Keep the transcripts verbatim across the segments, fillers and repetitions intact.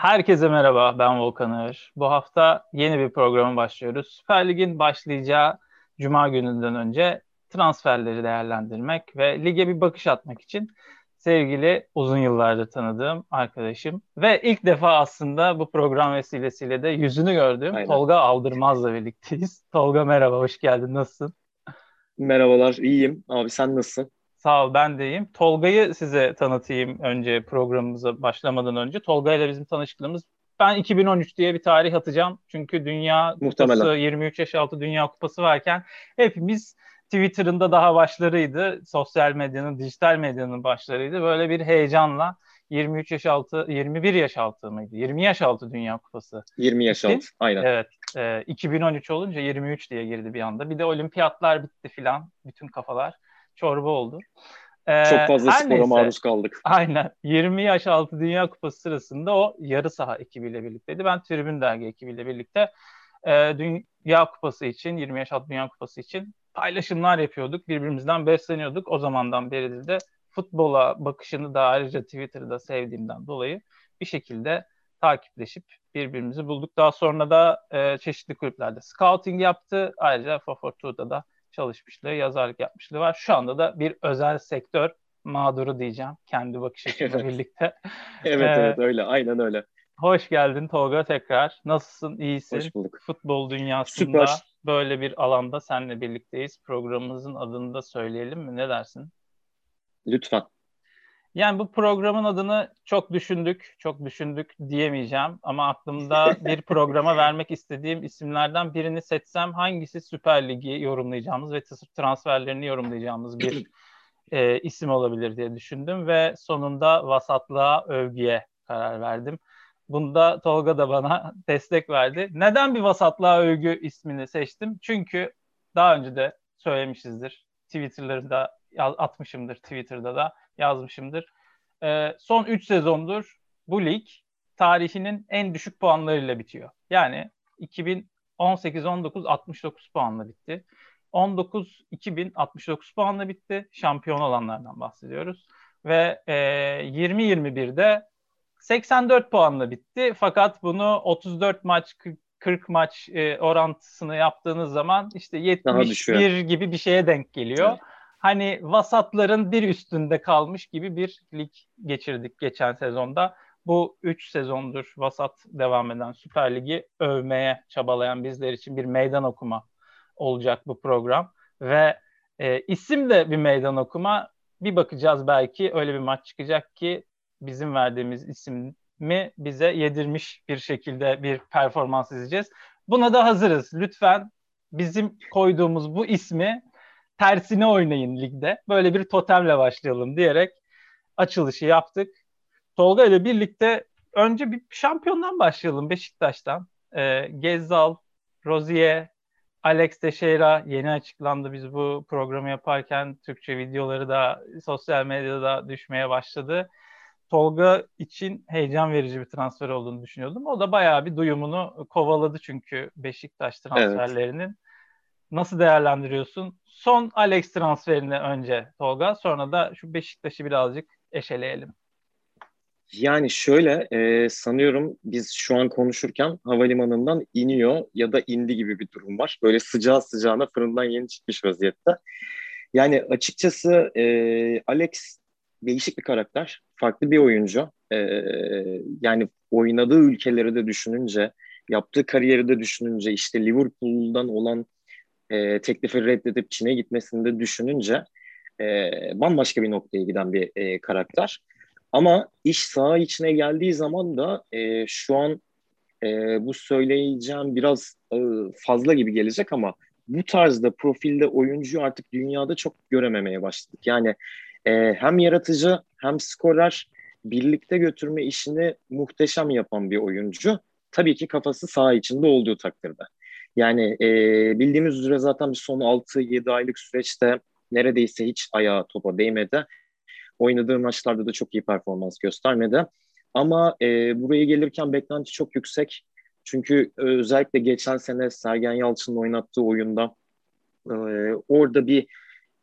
Herkese merhaba, ben Volkan Ağır. Bu hafta yeni bir programa başlıyoruz. Süper Lig'in başlayacağı Cuma gününden önce transferleri değerlendirmek ve lige bir bakış atmak için sevgili uzun yıllardır tanıdığım arkadaşım ve ilk defa aslında bu program vesilesiyle de yüzünü gördüğüm Aynen. Tolga Aldırmaz'la birlikteyiz. Tolga merhaba, hoş geldin, nasılsın? Merhabalar, iyiyim. Abi sen nasılsın? Sağ ol, ben de iyiyim. Tolga'yı size tanıtayım önce programımıza başlamadan önce. Tolga ile bizim tanışıklığımız, ben iki bin on üç diye bir tarih atacağım. Çünkü Dünya Kupası, Muhtemelen. yirmi üç yaş altı Dünya Kupası varken hepimiz Twitter'ın da daha başlarıydı. Sosyal medyanın, dijital medyanın başlarıydı. Böyle bir heyecanla yirmi üç yaş altı, yirmi bir yaş altı mıydı? yirmi yaş altı Dünya Kupası yirmi yaş altı. için. Aynen. Evet, e, iki bin on üç olunca yirmi üç diye girdi bir anda. Bir de olimpiyatlar bitti filan. Bütün kafalar çorba oldu. Ee, Çok fazla her spora neyse, maruz kaldık. aynen yirmi yaş altı Dünya Kupası sırasında o yarı saha ekibiyle birlikteydi. Ben Tribün Dergi ekibiyle birlikte e, Dünya Kupası için, yirmi yaş altı Dünya Kupası için paylaşımlar yapıyorduk. Birbirimizden besleniyorduk. O zamandan beridir de futbola bakışını da ayrıca Twitter'da sevdiğimden dolayı bir şekilde takipleşip birbirimizi bulduk. Daha sonra da e, çeşitli kulüplerde scouting yaptı. Ayrıca Fafortu'da da çalışmışlığı, yazarlık yapmışlığı var. Şu anda da bir özel sektör mağduru diyeceğim. Kendi bakış açımla Evet. birlikte. Evet Ee, evet öyle. Aynen öyle. hoş geldin Tolga tekrar. Nasılsın? İyisin? Hoş bulduk. Futbol dünyasında Süper. böyle bir alanda seninle birlikteyiz. Programımızın adını da söyleyelim mi? Ne dersin? Lütfen. Yani bu programın adını çok düşündük, çok düşündük diyemeyeceğim. Ama aklımda bir programa vermek istediğim isimlerden birini seçsem hangisi Süper Lig'i yorumlayacağımız ve transferlerini yorumlayacağımız bir e, isim olabilir diye düşündüm ve sonunda vasatlığa, övgüye karar verdim. Bunda Tolga da bana destek verdi. Neden bir vasatlığa övgü ismini seçtim? Çünkü daha önce de söylemişizdir. Twitter'larda atmışımdır, Twitter'da da yazmışımdır. E, son üç sezondur bu lig tarihinin en düşük puanlarıyla bitiyor. Yani iki bin on sekiz on dokuz altmış dokuz puanla bitti. on dokuz iki bin altmış dokuz puanla bitti. Şampiyon olanlardan bahsediyoruz. Ve e, yirmi yirmi birde seksen dört puanla bitti. Fakat bunu otuz dört maç kırk maç e, orantısını yaptığınız zaman işte Daha düşüyor. yetmiş bir gibi bir şeye denk geliyor. Evet. Hani vasatların bir üstünde kalmış gibi bir lig geçirdik geçen sezonda. Bu üç sezondur vasat devam eden Süper Lig'i övmeye çabalayan bizler için bir meydan okuma olacak bu program. Ve e, isim de bir meydan okuma. Bir bakacağız, belki öyle bir maç çıkacak ki bizim verdiğimiz ismi bize yedirmiş bir şekilde bir performans izleyeceğiz. Buna da hazırız. Lütfen bizim koyduğumuz bu ismi tersine oynayın ligde. Böyle bir totemle başlayalım diyerek açılışı yaptık. Tolga ile birlikte önce bir şampiyondan başlayalım, Beşiktaş'tan. Ee, Gezzal, Rozier, Alex Teixeira yeni açıklandı. Biz bu programı yaparken Türkçe videoları da sosyal medyada düşmeye başladı. Tolga için heyecan verici bir transfer olduğunu düşünüyordum. O da bayağı bir duyumunu kovaladı çünkü Beşiktaş Evet. transferlerinin. Nasıl değerlendiriyorsun? Son Alex transferini önce Tolga, sonra da şu Beşiktaş'ı birazcık eşeleyelim. Yani şöyle e, sanıyorum biz şu an konuşurken havalimanından iniyor ya da indi gibi bir durum var. Böyle sıcağı sıcağına fırından yeni çıkmış vaziyette. Yani açıkçası e, Alex değişik bir karakter. Farklı bir oyuncu. E, yani oynadığı ülkeleri de düşününce, yaptığı kariyeri de düşününce, işte Liverpool'dan olan e, teklifi reddedip Çin'e gitmesini de düşününce e, bambaşka bir noktaya giden bir e, karakter. Ama iş saha içine geldiği zaman da e, şu an e, bu söyleyeceğim biraz e, fazla gibi gelecek ama bu tarzda profilde oyuncuyu artık dünyada çok görememeye başladık. Yani e, hem yaratıcı hem skorer birlikte götürme işini muhteşem yapan bir oyuncu. Tabii ki kafası saha içinde olduğu takdirde. Yani e, bildiğimiz üzere zaten bir son altı yedi aylık süreçte neredeyse hiç ayağı topa değmedi. Oynadığı maçlarda da çok iyi performans göstermedi. Ama e, buraya gelirken beklenti çok yüksek. Çünkü e, özellikle geçen sene Sergen Yalçın'ın oynattığı oyunda e, orada bir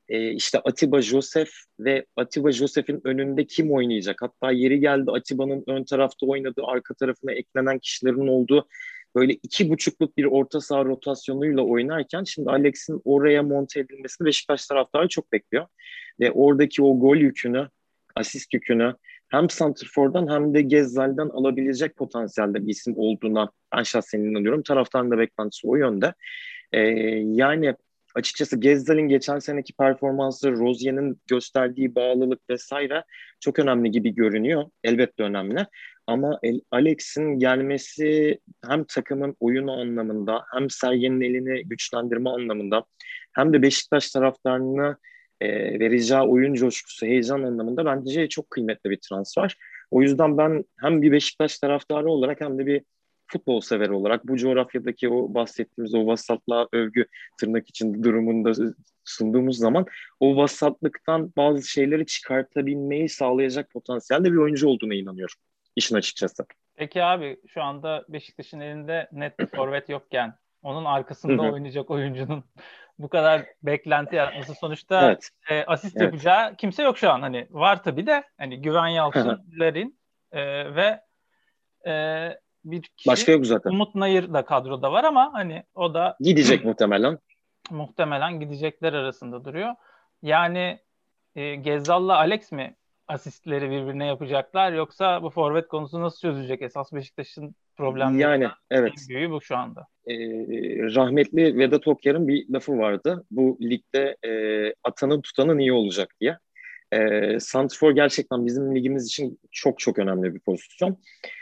e, işte Atiba Joseph ve Atiba Joseph'in önünde kim oynayacak? Hatta yeri geldi Atiba'nın ön tarafta oynadığı, arka tarafına eklenen kişilerin olduğu böyle iki buçukluk bir orta saha rotasyonuyla oynarken şimdi Alex'in oraya monte edilmesini Beşiktaş taraftarı çok bekliyor. Ve oradaki o gol yükünü, asist yükünü hem santrfordan hem de Gezzal'den alabilecek potansiyelde bir isim olduğuna ben şahsen inanıyorum. Taraftarın da beklentisi o yönde. Ee, yani açıkçası Gezzal'in geçen seneki performansı, Rozier'in gösterdiği bağlılık vesaire çok önemli gibi görünüyor. Elbette önemli. Ama Alex'in gelmesi hem takımın oyunu anlamında hem Sergen'in elini güçlendirme anlamında hem de Beşiktaş taraftarını e, vereceği oyun coşkusu, heyecan anlamında bence çok kıymetli bir transfer. O yüzden ben hem bir Beşiktaş taraftarı olarak hem de bir futbol severi olarak bu coğrafyadaki o bahsettiğimiz o vasatlığa övgü tırnak içinde durumunda sunduğumuz zaman o vasatlıktan bazı şeyleri çıkartabilmeyi sağlayacak potansiyelde bir oyuncu olduğuna inanıyorum işin açıkçası. Peki abi şu anda Beşiktaş'ın elinde net bir forvet yokken onun arkasında oynayacak oyuncunun bu kadar beklenti yaratması sonuçta evet. e, asist evet. yapacağı kimse yok şu an. Hani var tabii de hani Güven Yalçın, Larin e, ve e, bir kişi başka yok zaten. Umut Nayır da kadroda var ama hani o da gidecek muhtemelen. Muhtemelen gidecekler arasında duruyor. Yani e, Gezzal'la Alex mi asistleri birbirine yapacaklar yoksa bu forvet konusu nasıl çözülecek? Esas Beşiktaş'ın Yani problemlerinden evet. en büyüğü bu şu anda. Ee, rahmetli Vedat Okyar'ın bir lafı vardı. Bu ligde e, atanın tutanın iyi olacak diye. E, Santrfor gerçekten bizim ligimiz için çok çok önemli bir pozisyon.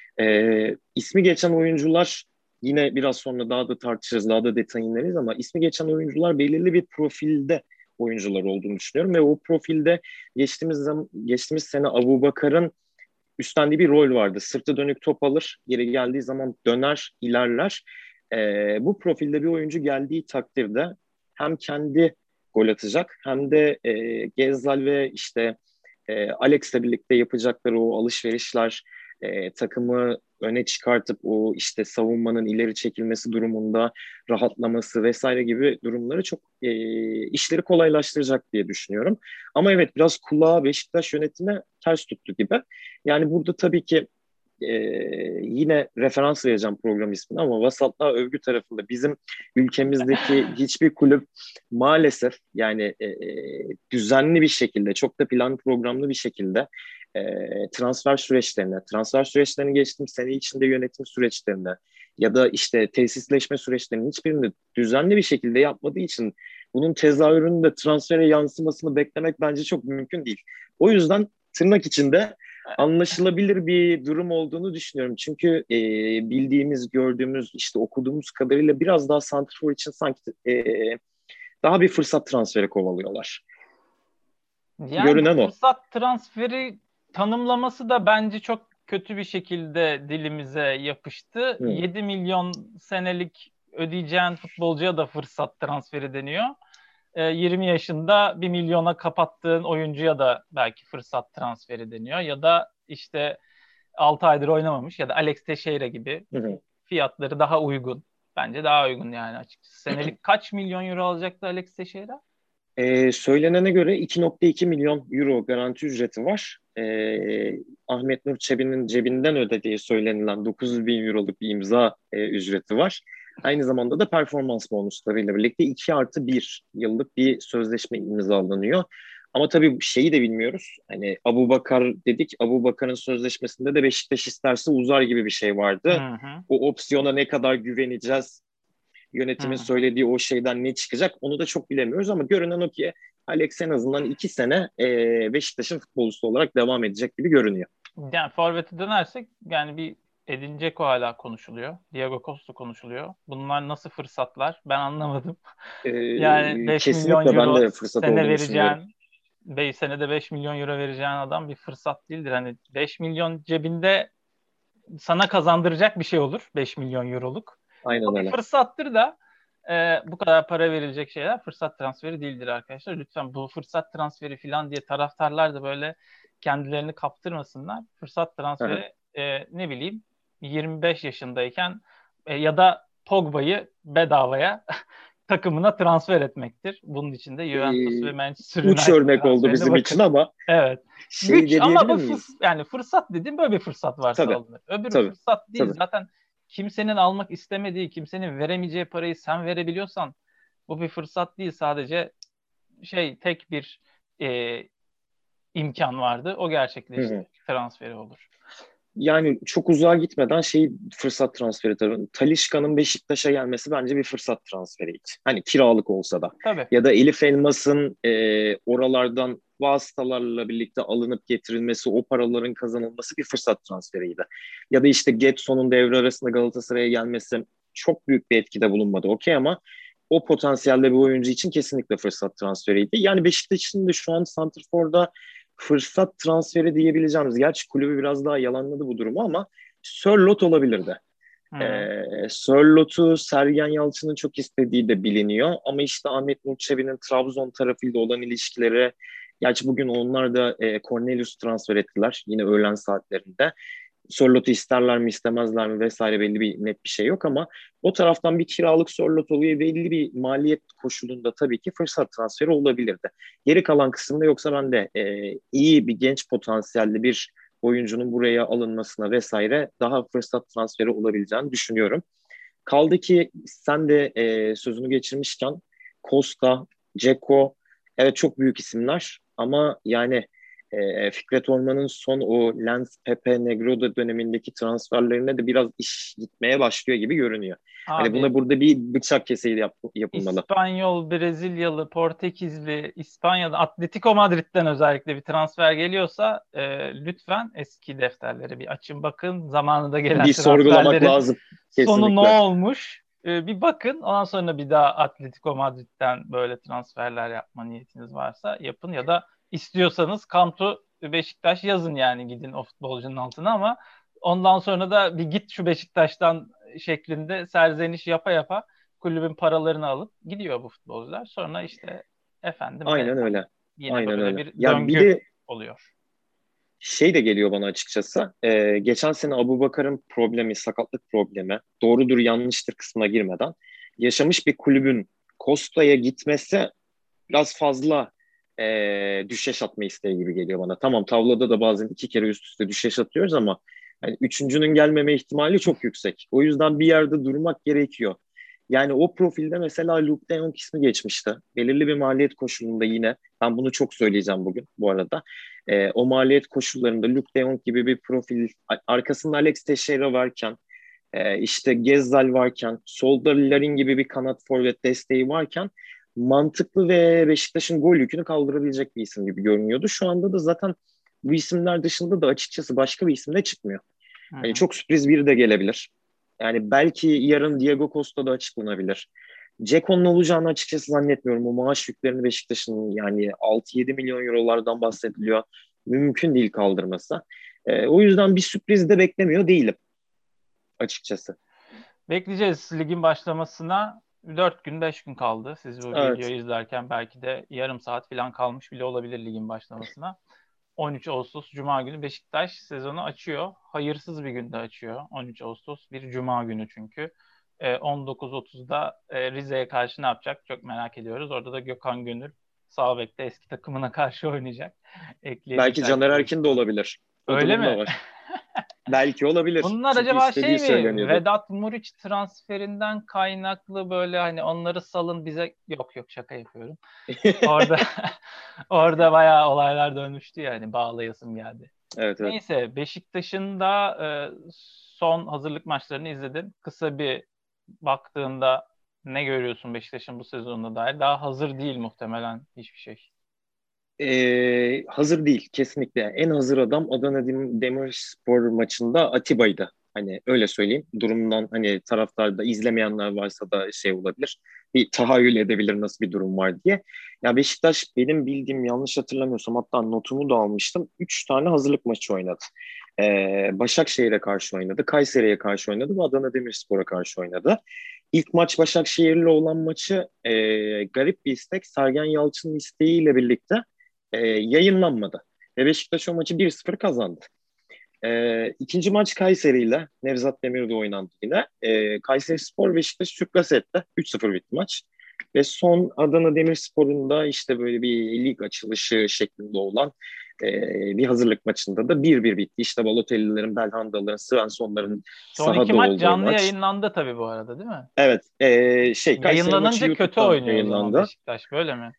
E, ismi geçen oyuncular yine biraz sonra daha da tartışırız, daha da detay ineriz ama ismi geçen oyuncular belirli bir profilde oyuncular olduğunu düşünüyorum ve o profilde geçtiğimiz zaman, geçtiğimiz sene Abubakar'ın üstlendiği bir rol vardı. Sırtı dönük top alır, geri geldiği zaman döner, ilerler. E, bu profilde bir oyuncu geldiği takdirde hem kendi gol atacak hem de e, Gezzal ve işte e, Alex'le birlikte yapacakları o alışverişler, e, takımı öne çıkartıp o işte savunmanın ileri çekilmesi durumunda rahatlaması vesaire gibi durumları çok e, işleri kolaylaştıracak diye düşünüyorum. Ama evet biraz kulağa Beşiktaş yönetime ters tuttu gibi. Yani burada tabii ki e, yine referans vereceğim program ismini ama vasatlığa övgü tarafında bizim ülkemizdeki hiçbir kulüp maalesef yani e, düzenli bir şekilde çok da planlı programlı bir şekilde e, transfer süreçlerine, transfer süreçlerini geçtim sene içinde yönetim süreçlerine ya da işte tesisleşme süreçlerinin hiçbirini düzenli bir şekilde yapmadığı için bunun tezahürünün de transfere yansımasını beklemek bence çok mümkün değil. O yüzden tırnak içinde anlaşılabilir bir durum olduğunu düşünüyorum. Çünkü e, bildiğimiz, gördüğümüz, işte okuduğumuz kadarıyla biraz daha santrfor için sanki e, daha bir fırsat transferi kovalıyorlar. Yani Görünen o. fırsat transferi tanımlaması da bence çok kötü bir şekilde dilimize yapıştı. Hı. yedi milyon senelik ödeyeceğin futbolcuya da fırsat transferi deniyor. yirmi yaşında bir milyona kapattığın oyuncuya da belki fırsat transferi deniyor. Ya da işte altı aydır oynamamış ya da Alex Teixeira gibi Hı hı. fiyatları daha uygun. Bence daha uygun yani açıkçası. Senelik kaç milyon euro alacaktı Alex Teixeira? Ee, söylenene göre iki nokta iki milyon euro garanti ücreti var. Ee, Ahmet Nur Çebi'nin cebinden ödediği söylenilen dokuz bin euroluk bir imza e, ücreti var. Aynı zamanda da performans bonuslarıyla birlikte iki artı bir yıllık bir sözleşme imzalanıyor. Ama tabii şeyi de bilmiyoruz. Hani Abu Bakar dedik. Abu Bakar'ın sözleşmesinde de Beşiktaş isterse uzar gibi bir şey Hı vardı. hı. O opsiyona ne kadar güveneceğiz? Yönetimin Hı hı. söylediği o şeyden ne çıkacak onu da çok bilemiyoruz ama görünen o ki Alex en azından iki sene e, Beşiktaş'ın futbolcusu olarak devam edecek gibi görünüyor. Yani forvete dönersek yani bir Edin Dzeko hala konuşuluyor. Diego Costa konuşuluyor. Bunlar nasıl fırsatlar? Ben anlamadım. Yani E, beş milyon kesinlikle ben euro de fırsat sene olduğunu düşünmüyorum. vereceğin beş senede beş milyon euro vereceğin adam bir fırsat değildir. Hani beş milyon cebinde sana kazandıracak bir şey olur. beş milyon euroluk. Aynen O bir öyle. fırsattır da e, bu kadar para verilecek şeyler fırsat transferi değildir arkadaşlar. Lütfen bu fırsat transferi falan diye taraftarlar da böyle kendilerini kaptırmasınlar. Fırsat transferi e, ne bileyim yirmi beş yaşındayken e, ya da Pogba'yı bedavaya takımına transfer etmektir. Bunun için de Juventus ve Ee, Manchester uç United örnek oldu transferine bizim için bakın. ama Evet. şey Güç de ama diyebilir o fırs miyiz? yani fırsat dediğim böyle bir fırsat varsa Tabii, alınır. Öbürü tabii, fırsat değil. tabii. Zaten kimsenin almak istemediği, kimsenin veremeyeceği parayı sen verebiliyorsan bu bir fırsat değil. Sadece şey tek bir e, imkan vardı. O Hı hı. gerçekleşti. Transferi olur. Yani çok uzağa gitmeden şey fırsat transferi tabii. Talisca'nın Beşiktaş'a gelmesi bence bir fırsat transferiydi. Hani kiralık olsa da. Tabii. Ya da Elif Elmas'ın e, oralardan vasıtalarla birlikte alınıp getirilmesi, o paraların kazanılması bir fırsat transferiydi. Ya da işte Getson'un devre arasında Galatasaray'a gelmesi çok büyük bir etkide bulunmadı. Okey ama o potansiyelde bir oyuncu için kesinlikle fırsat transferiydi. Yani Beşiktaş'ın da şu an Santrfor'da fırsat transferi diyebileceğimiz. Gerçi kulübü biraz daha yalanladı bu durumu ama Sörloth olabilirdi. Hı. Ee, Sörloth'u Sergen Yalçın'ın çok istediği de biliniyor. Ama işte Ahmet Nur Çebi'nin Trabzon tarafıyla olan ilişkileri, gerçi bugün onlar da e, Cornelius transfer ettiler yine öğlen saatlerinde. Sörlot'u isterler mi istemezler mi vesaire belli bir net bir şey yok ama o taraftan bir kiralık Sörlot oluyor, belli bir maliyet koşulunda tabii ki fırsat transferi olabilirdi. Geri kalan kısımda yoksa ben de e, iyi bir genç potansiyelli bir oyuncunun buraya alınmasına vesaire daha fırsat transferi olabileceğini düşünüyorum. Kaldı ki sen de e, sözünü geçirmişken Costa, Dzeko, evet çok büyük isimler ama yani e, Fikret Orman'ın son o Lens, Pepe, Negroda dönemindeki transferlerine de biraz iş gitmeye başlıyor gibi görünüyor. Hani Abi buna burada bir bıçak keseği yap, yapılmalı. İspanyol, Brezilyalı, Portekizli, İspanya'da Atletico Madrid'den özellikle bir transfer geliyorsa e, lütfen eski defterleri bir açın bakın. Zamanında gelen Bir sorgulamak transferlerin lazım sonu ne kesinlikle. olmuş? E, bir bakın. Ondan sonra bir daha Atletico Madrid'den böyle transferler yapma niyetiniz varsa yapın ya da istiyorsanız Kantu Beşiktaş yazın yani gidin o futbolcunun altına ama ondan sonra da bir git şu Beşiktaş'tan şeklinde serzeniş yapa yapa kulübün paralarını alıp gidiyor bu futbolcular. Sonra işte efendim ve Aynen efendim öyle. yine Aynen böyle öyle. bir Ya bir döngü de oluyor. şey de geliyor bana açıkçası. Ee, geçen sene Abubakar'ın problemi, sakatlık problemi, doğrudur yanlıştır kısmına girmeden yaşamış bir kulübün Costa'ya gitmesi biraz fazla e, düşeş atma isteği gibi geliyor bana. Tamam tavlada da bazen iki kere üst üste düşeş atıyoruz ama yani üçüncünün gelmeme ihtimali çok yüksek. O yüzden bir yerde durmak gerekiyor. Yani o profilde mesela Luke de Jong ismi geçmişti. Belirli bir maliyet koşulunda yine ben bunu çok söyleyeceğim bugün bu arada. E, o maliyet koşullarında Luke de Jong gibi bir profil arkasında Alex Teixeira varken e, işte Gezzal varken solda Larin gibi bir kanat forvet desteği varken mantıklı ve Beşiktaş'ın gol yükünü kaldırabilecek bir isim gibi görünüyordu. Şu anda da zaten bu isimler dışında da açıkçası başka bir isim de çıkmıyor. Hı Hani hı. çok sürpriz biri de gelebilir. Yani belki yarın Diego Costa da açıklanabilir. Ceko'nun olacağını açıkçası zannetmiyorum. O maaş yüklerini Beşiktaş'ın yani altı yedi milyon eurolardan bahsediliyor. Mümkün değil kaldırması. E, o yüzden bir sürpriz de beklemiyor değilim açıkçası. Bekleyeceğiz ligin başlamasına. Dört gün beş gün kaldı. Siz bu Evet. videoyu izlerken belki de yarım saat falan kalmış bile olabilir ligin başlamasına. on üç Ağustos Cuma günü Beşiktaş sezonu açıyor. Hayırsız bir günde açıyor. on üç Ağustos bir Cuma günü çünkü. Ee, on dokuz otuzda e, Rize'ye karşı ne yapacak çok merak ediyoruz. Orada da Gökhan Gönül sağ bekte eski takımına karşı oynayacak. Ekleyelim Belki Caner takip Erkin de ediyorsanız. olabilir. O Öyle durum da mi? var. Belki olabilir. Bunlar Çünkü acaba istediği şey mi? söyleniyordu. Vedat Muriç transferinden kaynaklı böyle hani onları salın bize yok yok şaka yapıyorum. Orada orada bayağı olaylar dönmüştü ya hani bağlayasım geldi. Evet, evet. Neyse Beşiktaş'ın da e, son hazırlık maçlarını izledin. Kısa bir baktığında ne görüyorsun Beşiktaş'ın bu sezonuna dair? Daha hazır değil muhtemelen hiçbir şey. Ee, hazır değil kesinlikle. En hazır adam Adana Dem- Demirspor maçında Atiba'ydı. Hani öyle söyleyeyim. Durumundan hani taraftarda izlemeyenler varsa da şey olabilir. Bir tahayyül edebilir nasıl bir durum var diye. Ya Beşiktaş benim bildiğim yanlış hatırlamıyorsam hatta notumu da almıştım. Üç tane hazırlık maçı oynadı. Ee, Başakşehir'e karşı oynadı. Kayseri'ye karşı oynadı ve Adana Demirspor'a karşı oynadı. İlk maç Başakşehir'le olan maçı e, garip bir istek. Sergen Yalçın'ın isteğiyle birlikte e, yayınlanmadı. Ve Beşiktaş o maçı bir sıfır kazandı. E, ikinci maç Kayseri ile Nevzat Demir'de oynandı yine. E, Kayseri Spor Beşiktaş sürklase etti. üç sıfır bitti maç. Ve son Adana Demirspor'un da işte böyle bir lig açılışı şeklinde olan e, bir hazırlık maçında da bir bir bitti. İşte Balotelli'lerin, Belhanda'ların, Svensson'ların Son iki sahada maç olduğu canlı maç. yayınlandı tabii bu arada, değil mi? Evet, e, şey Kayseri maçı Yayınlanınca kötü YouTube'dan oynuyor o zaman yayınlandı. Beşiktaş, böyle mi?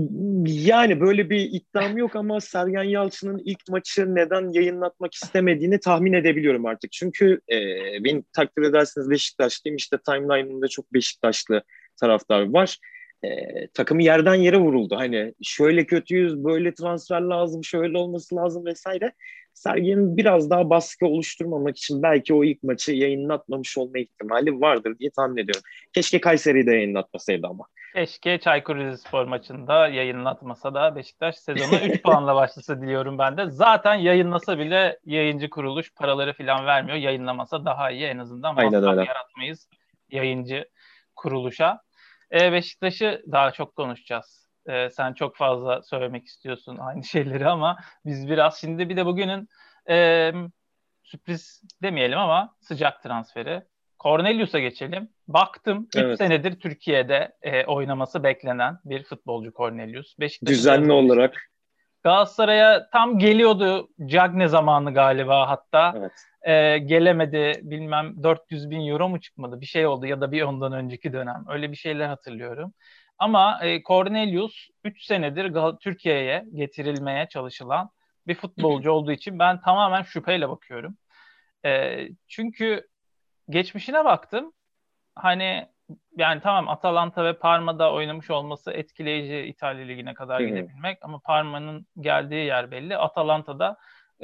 Yani böyle bir iddiam yok ama Sergen Yalçın'ın ilk maçı neden yayınlatmak istemediğini tahmin edebiliyorum artık. Çünkü e, beni takdir ederseniz Beşiktaşlıyım. İşte timeline'ımda çok Beşiktaşlı taraftar var. E, takımı yerden yere vuruldu. Hani şöyle kötüyüz, böyle transfer lazım, şöyle olması lazım vesaire. Sergen'in biraz daha baskı oluşturmamak için belki o ilk maçı yayınlatmamış olma ihtimali vardır diye tahmin ediyorum. Keşke Kayseri'yi de yayınlatmasaydı ama. Keşke Çaykur Rizespor maçında yayınlatmasa da Beşiktaş sezona üç puanla başlasa diliyorum ben de. Zaten yayınlasa bile yayıncı kuruluş paraları falan vermiyor. Yayınlamasa daha iyi, en azından Aynen masraf öyle. yaratmayız yayıncı kuruluşa. Ee, Beşiktaş'ı daha çok konuşacağız. Ee, sen çok fazla söylemek istiyorsun aynı şeyleri ama biz biraz şimdi, bir de bugünün e, sürpriz demeyelim ama sıcak transferi. Cornelius'a geçelim. Baktım üç Evet. senedir Türkiye'de e, oynaması beklenen bir futbolcu Cornelius. Beşiktaş'ı da Düzenli özlemişti. olarak. Galatasaray'a tam geliyordu. Cagne zamanı galiba hatta. Evet. E, gelemedi, bilmem dört yüz bin euro mu çıkmadı? Bir şey oldu, ya da bir ondan önceki dönem. Öyle bir şeyler hatırlıyorum. Ama e, Cornelius üç senedir Gal- Türkiye'ye getirilmeye çalışılan bir futbolcu olduğu için ben tamamen şüpheyle bakıyorum. E, çünkü geçmişine baktım. Hani yani tamam, Atalanta ve Parma'da oynamış olması etkileyici, İtalya Ligi'ne kadar Hı hı. gidebilmek, ama Parma'nın geldiği yer belli. Atalanta'da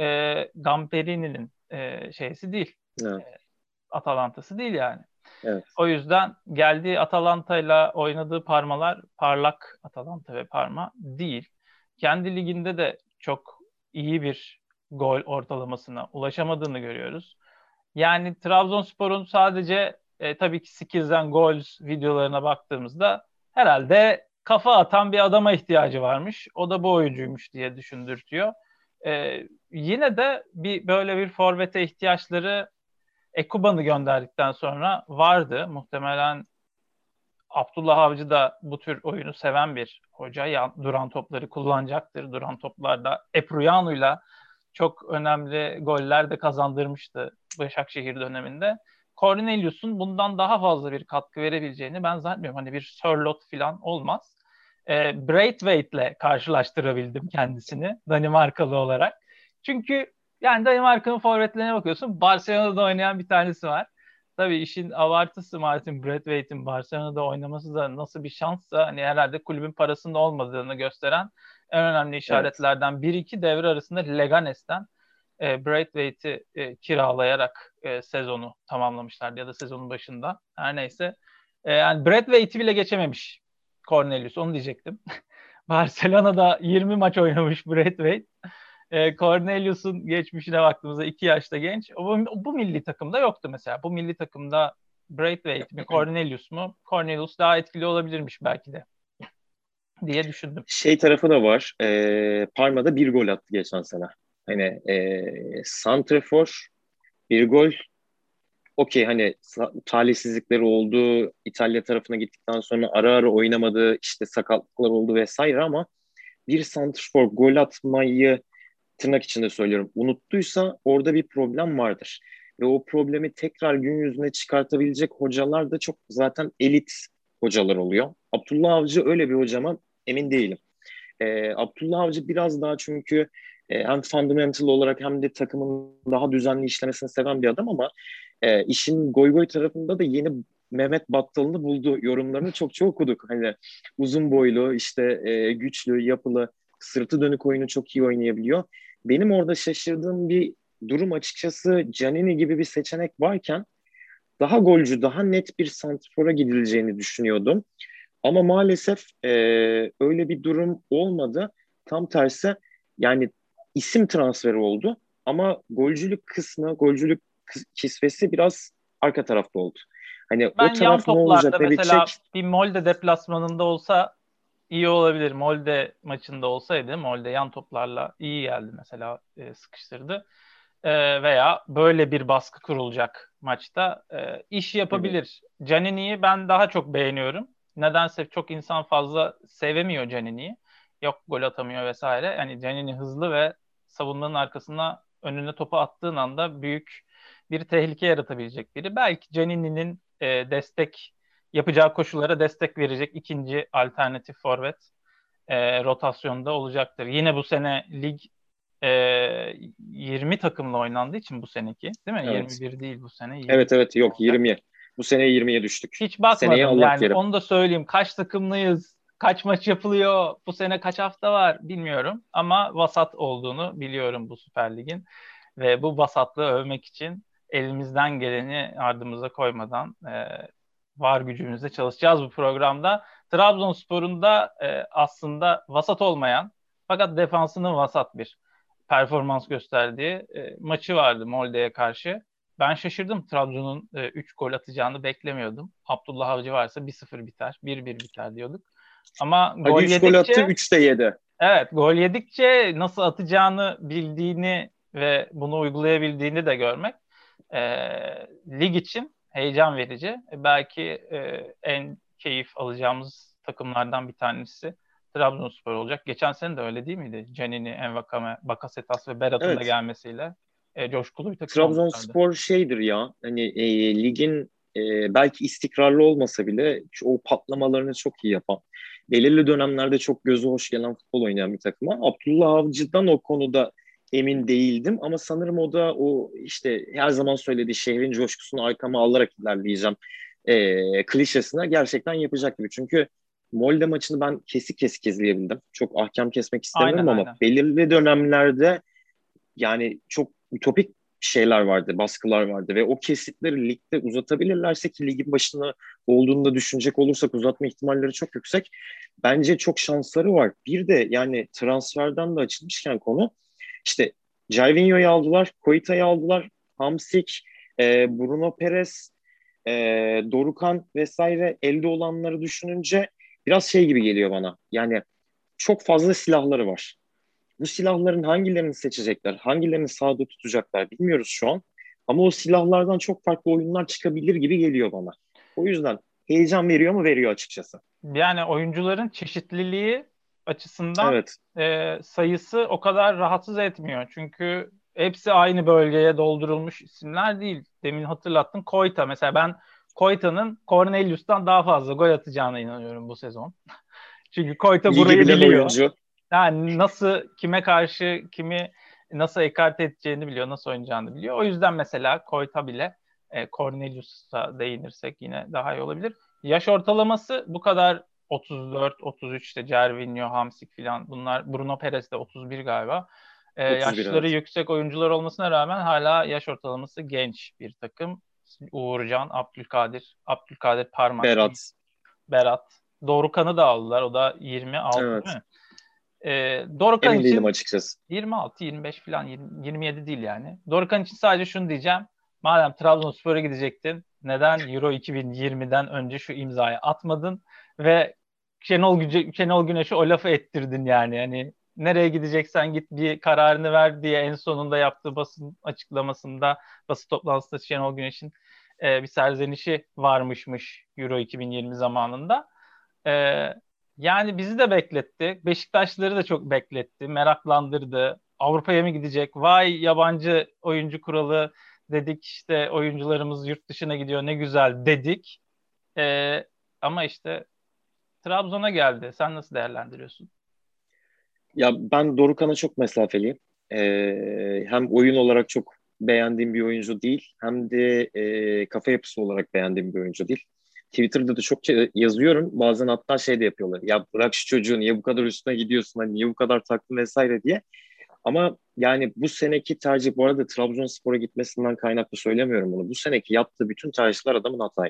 e, Gamperini'nin e, şeysi değil. E, Evet. Atalanta'sı değil yani. Evet. O yüzden geldiği Atalanta'yla oynadığı Parmalar parlak Atalanta ve Parma değil. Kendi liginde de çok iyi bir gol ortalamasına ulaşamadığını görüyoruz. Yani Trabzonspor'un sadece e, tabii ki Skills and Goals videolarına baktığımızda herhalde kafa atan bir adama ihtiyacı varmış. O da bu oyuncuymuş diye düşündürtüyor. E, yine de bir böyle bir forvete ihtiyaçları Ekuban'ı gönderdikten sonra vardı. Muhtemelen Abdullah Avcı da bu tür oyunu seven bir hoca. Ya, duran topları kullanacaktır. Duran toplarda Epruyanu'yla çok önemli goller de kazandırmıştı Başakşehir döneminde. Cornelius'un bundan daha fazla bir katkı verebileceğini ben zannetmiyorum. Hani bir Sörloth falan olmaz. E, Braithwaite'le karşılaştırabildim kendisini Danimarkalı olarak. Çünkü yani Danimarka'nın forvetlerine bakıyorsun. Barcelona'da oynayan bir tanesi var. Tabii işin abartısı, Martin Braithwaite'in Barcelona'da oynaması da nasıl bir şanssa, hani herhalde kulübün parasının olmadığını gösteren en önemli Evet. işaretlerden biri, iki devre arasında Leganes'ten e, Braithwaite'i e, kiralayarak e, sezonu tamamlamışlardı, ya da sezonun başında. Her neyse. E, yani Braithwaite'i bile geçememiş Cornelius, onu diyecektim. Barcelona'da yirmi maç oynamış Braithwaite. E, Cornelius'un geçmişine baktığımızda iki yaşta genç. O, bu, bu milli takımda yoktu mesela. Bu milli takımda Braithwaite mi, Cornelius mu? Cornelius daha etkili olabilirmiş belki de diye düşündüm. Şey tarafı da var. E, Parma'da bir gol attı geçen sene. Hani e, santrafor bir gol. Okey, hani talihsizlikleri oldu. İtalya tarafına gittikten sonra ara ara oynamadı. İşte sakatlıklar oldu vesaire ama bir santrafor gol atmayı, tırnak içinde söylüyorum, unuttuysa orada bir problem vardır. Ve o problemi tekrar gün yüzüne çıkartabilecek hocalar da çok zaten elit hocalar oluyor. Abdullah Avcı öyle bir hoca mı emin değilim. Ee, Abdullah Avcı biraz daha çünkü e, hem fundamental olarak hem de takımın daha düzenli işlemesini seven bir adam ama e, işin goy goy tarafında da yeni Mehmet Battal'ını buldu yorumlarını çok çok okuduk. Hani uzun boylu, işte e, güçlü, yapılı, sırtı dönük oyunu çok iyi oynayabiliyor. Benim orada şaşırdığım bir durum açıkçası, Canini gibi bir seçenek varken daha golcü, daha net bir santrfora gidileceğini düşünüyordum. Ama maalesef e, öyle bir durum olmadı. Tam tersi, yani isim transferi oldu. Ama golcülük kısmı, golcülük kisvesi biraz arka tarafta oldu. Hani o Ben yan taraf ne toplarda olacak, ne mesela bitecek? bir Molde deplasmanında olsa iyi olabilir. Molde maçında olsaydı, Molde yan toplarla iyi geldi mesela, e, sıkıştırdı. E, veya böyle bir baskı kurulacak maçta e, iş Hı hı. yapabilir. Canini'yi ben daha çok beğeniyorum. nedense çok insan fazla sevemiyor Canini'yi. Yok gol atamıyor vesaire. Yani Canini hızlı ve savunmanın arkasına önüne topu attığın anda büyük bir tehlike yaratabilecek biri. Belki Canini'nin e, destek yapacağı koşullara destek verecek ikinci alternatif forvet e, rotasyonda olacaktır. Yine bu sene lig e, yirmi takımla oynandığı için bu seneki, değil mi? Evet. yirmi bir değil bu sene, yirmi Evet evet yok olacak. yirmiye. Bu sene yirmiye düştük. Hiç Seneye bakmadım Allah yani, kerim. onu da söyleyeyim. Kaç takımlıyız, kaç maç yapılıyor, bu sene kaç hafta var bilmiyorum. Ama vasat olduğunu biliyorum bu Süper Lig'in. Ve bu vasatlığı övmek için elimizden geleni ardımıza koymadan e, var gücümüzle çalışacağız bu programda. Trabzonspor'un da e, aslında vasat olmayan fakat defansının vasat bir performans gösterdiği e, maçı vardı Molde'ye karşı. Ben şaşırdım. Trabzon'un e, üç gol atacağını beklemiyordum. Abdullah Avcı varsa bir sıfır biter, bir bir biter diyorduk. Ama Hadi gol üç gol attı, yedikçe, üç de yedi. evet, gol yedikçe nasıl atacağını bildiğini ve bunu uygulayabildiğini de görmek e, lig için heyecan verici. E, belki e, en keyif alacağımız takımlardan bir tanesi Trabzonspor olacak. Geçen sene de öyle değil miydi? Canini, Envakame, Bakasetas ve Berat'ın da Evet. gelmesiyle e, coşkulu bir takım olmuşlardı. Trabzonspor şeydir ya hani e, ligin e, belki istikrarlı olmasa bile o patlamalarını çok iyi yapan, belirli dönemlerde çok gözü hoş gelen futbol oynayan bir takıma. Abdullah Avcı'dan o konuda emin değildim ama sanırım o da o işte her zaman söylediği şehrin coşkusunu arkama alarak ilerleyeceğim e, klişesine gerçekten yapacak gibi. Çünkü Molde maçını ben kesik kesik izleyebildim. Çok ahkam kesmek Aynen istemiyorum ama aynen. belirli dönemlerde yani çok ütopik şeyler vardı, baskılar vardı ve o kesitleri ligde uzatabilirlerse ki ligin başında olduğunu da düşünecek olursak uzatma ihtimalleri çok yüksek. Bence çok şansları var. Bir de yani transferden de açılmışken konu işte Jairzinho'yu aldılar, Koita'yı aldılar, Hamsik, e, Bruno Perez, e, Dorukhan vesaire elde olanları düşününce biraz şey gibi geliyor bana. Yani çok fazla silahları var. Bu silahların hangilerini seçecekler, hangilerini sağda tutacaklar bilmiyoruz şu an. Ama o silahlardan çok farklı oyunlar çıkabilir gibi geliyor bana. O yüzden heyecan veriyor mu? Veriyor açıkçası. Yani oyuncuların çeşitliliği açısından Evet. e, sayısı o kadar rahatsız etmiyor. Çünkü hepsi aynı bölgeye doldurulmuş isimler değil. Demin hatırlattın, Koita. Mesela ben Koita'nın Cornelius'tan daha fazla gol atacağına inanıyorum bu sezon. Çünkü Koita Ligi burayı bilen biliyor. oyuncu. Yani nasıl, kime karşı kimi nasıl ekarte edeceğini biliyor, nasıl oynayacağını biliyor. O yüzden mesela Koita bile e, Cornelius'a değinirsek yine daha iyi olabilir. Yaş ortalaması bu kadar, otuz dört, otuz üç, işte Gervinho, Hamsik filan, bunlar, Bruno Perez de otuz bir galiba. E, otuz bir yaşları evet. yüksek oyuncular olmasına rağmen hala yaş ortalaması genç bir takım. Uğurcan, Abdülkadir, Abdülkadir Parmak, Berat. Berat. Dorukhan'ı da aldılar. O da yirmi altı değil Evet. mi? E, Dorukhan Emin değilim için açıkçası. yirmi altı yirmi beş falan, yirmi, yirmi yedi değil yani. Dorukhan için sadece şunu diyeceğim. Madem Trabzonspor'a gidecektin, neden Euro iki bin yirmiden önce şu imzayı atmadın ve Şenol, Güce, Şenol Güneş'e o lafı ettirdin yani. Yani nereye gideceksen git, bir kararını ver diye en sonunda yaptığı basın açıklamasında, basın toplantısında Şenol Güneş'in e, bir serzenişi varmışmış Euro iki bin yirmi zamanında. E, Yani bizi de bekletti. Beşiktaşları da çok bekletti. Meraklandırdı. Avrupa'ya mı gidecek? Vay, yabancı oyuncu kuralı dedik, işte oyuncularımız yurt dışına gidiyor ne güzel dedik. Ee, Ama işte Trabzon'a geldi. Sen nasıl değerlendiriyorsun? Ya ben Dorukhan'a çok mesafeliyim. Ee, hem oyun olarak çok beğendiğim bir oyuncu değil, hem de e, kafa yapısı olarak beğendiğim bir oyuncu değil. Twitter'da da çok yazıyorum. Bazen hatta şey de yapıyorlar. Ya bırak şu çocuğu, niye bu kadar üstüne gidiyorsun? Hani niye bu kadar taktın vesaire diye. Ama yani bu seneki tercih, bu arada Trabzonspor'a gitmesinden kaynaklı söylemiyorum bunu. Bu seneki yaptığı bütün tercihler adamın hataydı.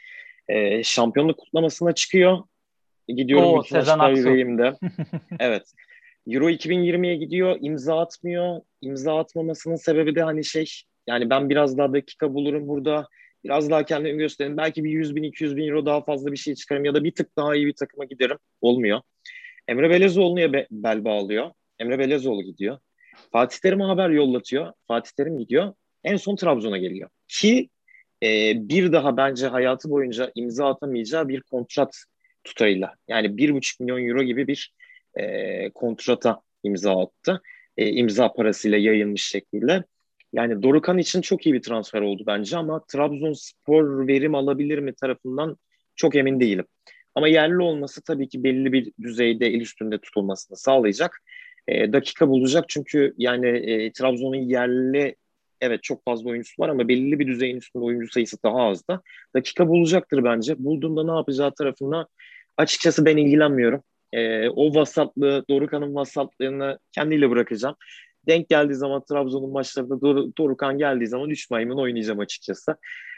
Ee, şampiyonluk kutlamasına çıkıyor. Gidiyorum Oo, bütün Sezen açıklar Aksu. yüreğimde. Evet. Euro iki bin yirmiye gidiyor, imza atmıyor. İmza atmamasının sebebi de hani şey, yani ben biraz daha dakika bulurum burada. Biraz daha kendimi gösteririm. Belki bir yüz bin, iki yüz bin euro daha fazla bir şey çıkarım ya da bir tık daha iyi bir takıma giderim. Olmuyor. Emre Belezoğlu'na be- bel bağlıyor. Emre Belezoğlu gidiyor. Fatih Terim'e haber yollatıyor. Fatih Terim gidiyor. En son Trabzon'a geliyor. Ki e, bir daha bence hayatı boyunca imza atamayacağı bir kontrat tutarıyla. Yani bir buçuk milyon euro gibi bir e, kontrata imza attı. E, imza parasıyla yayılmış şekilde. Yani Dorukhan için çok iyi bir transfer oldu bence ama Trabzonspor verim alabilir mi tarafından çok emin değilim. Ama yerli olması tabii ki belli bir düzeyde el üstünde tutulmasını sağlayacak. E, dakika bulacak çünkü yani e, Trabzon'un yerli evet çok fazla oyuncusu var ama belli bir düzeyin üstünde oyuncu sayısı daha az da. Dakika bulacaktır bence. Bulduğunda ne yapacağı tarafına açıkçası ben ilgilenmiyorum. E, o vasatlığı, Dorukhan'ın vasatlığını kendiyle bırakacağım. Denk geldiği zaman Trabzon'un maçlarında Dor- Dorukhan geldiği zaman üç maymun oynayacağım açıkçası.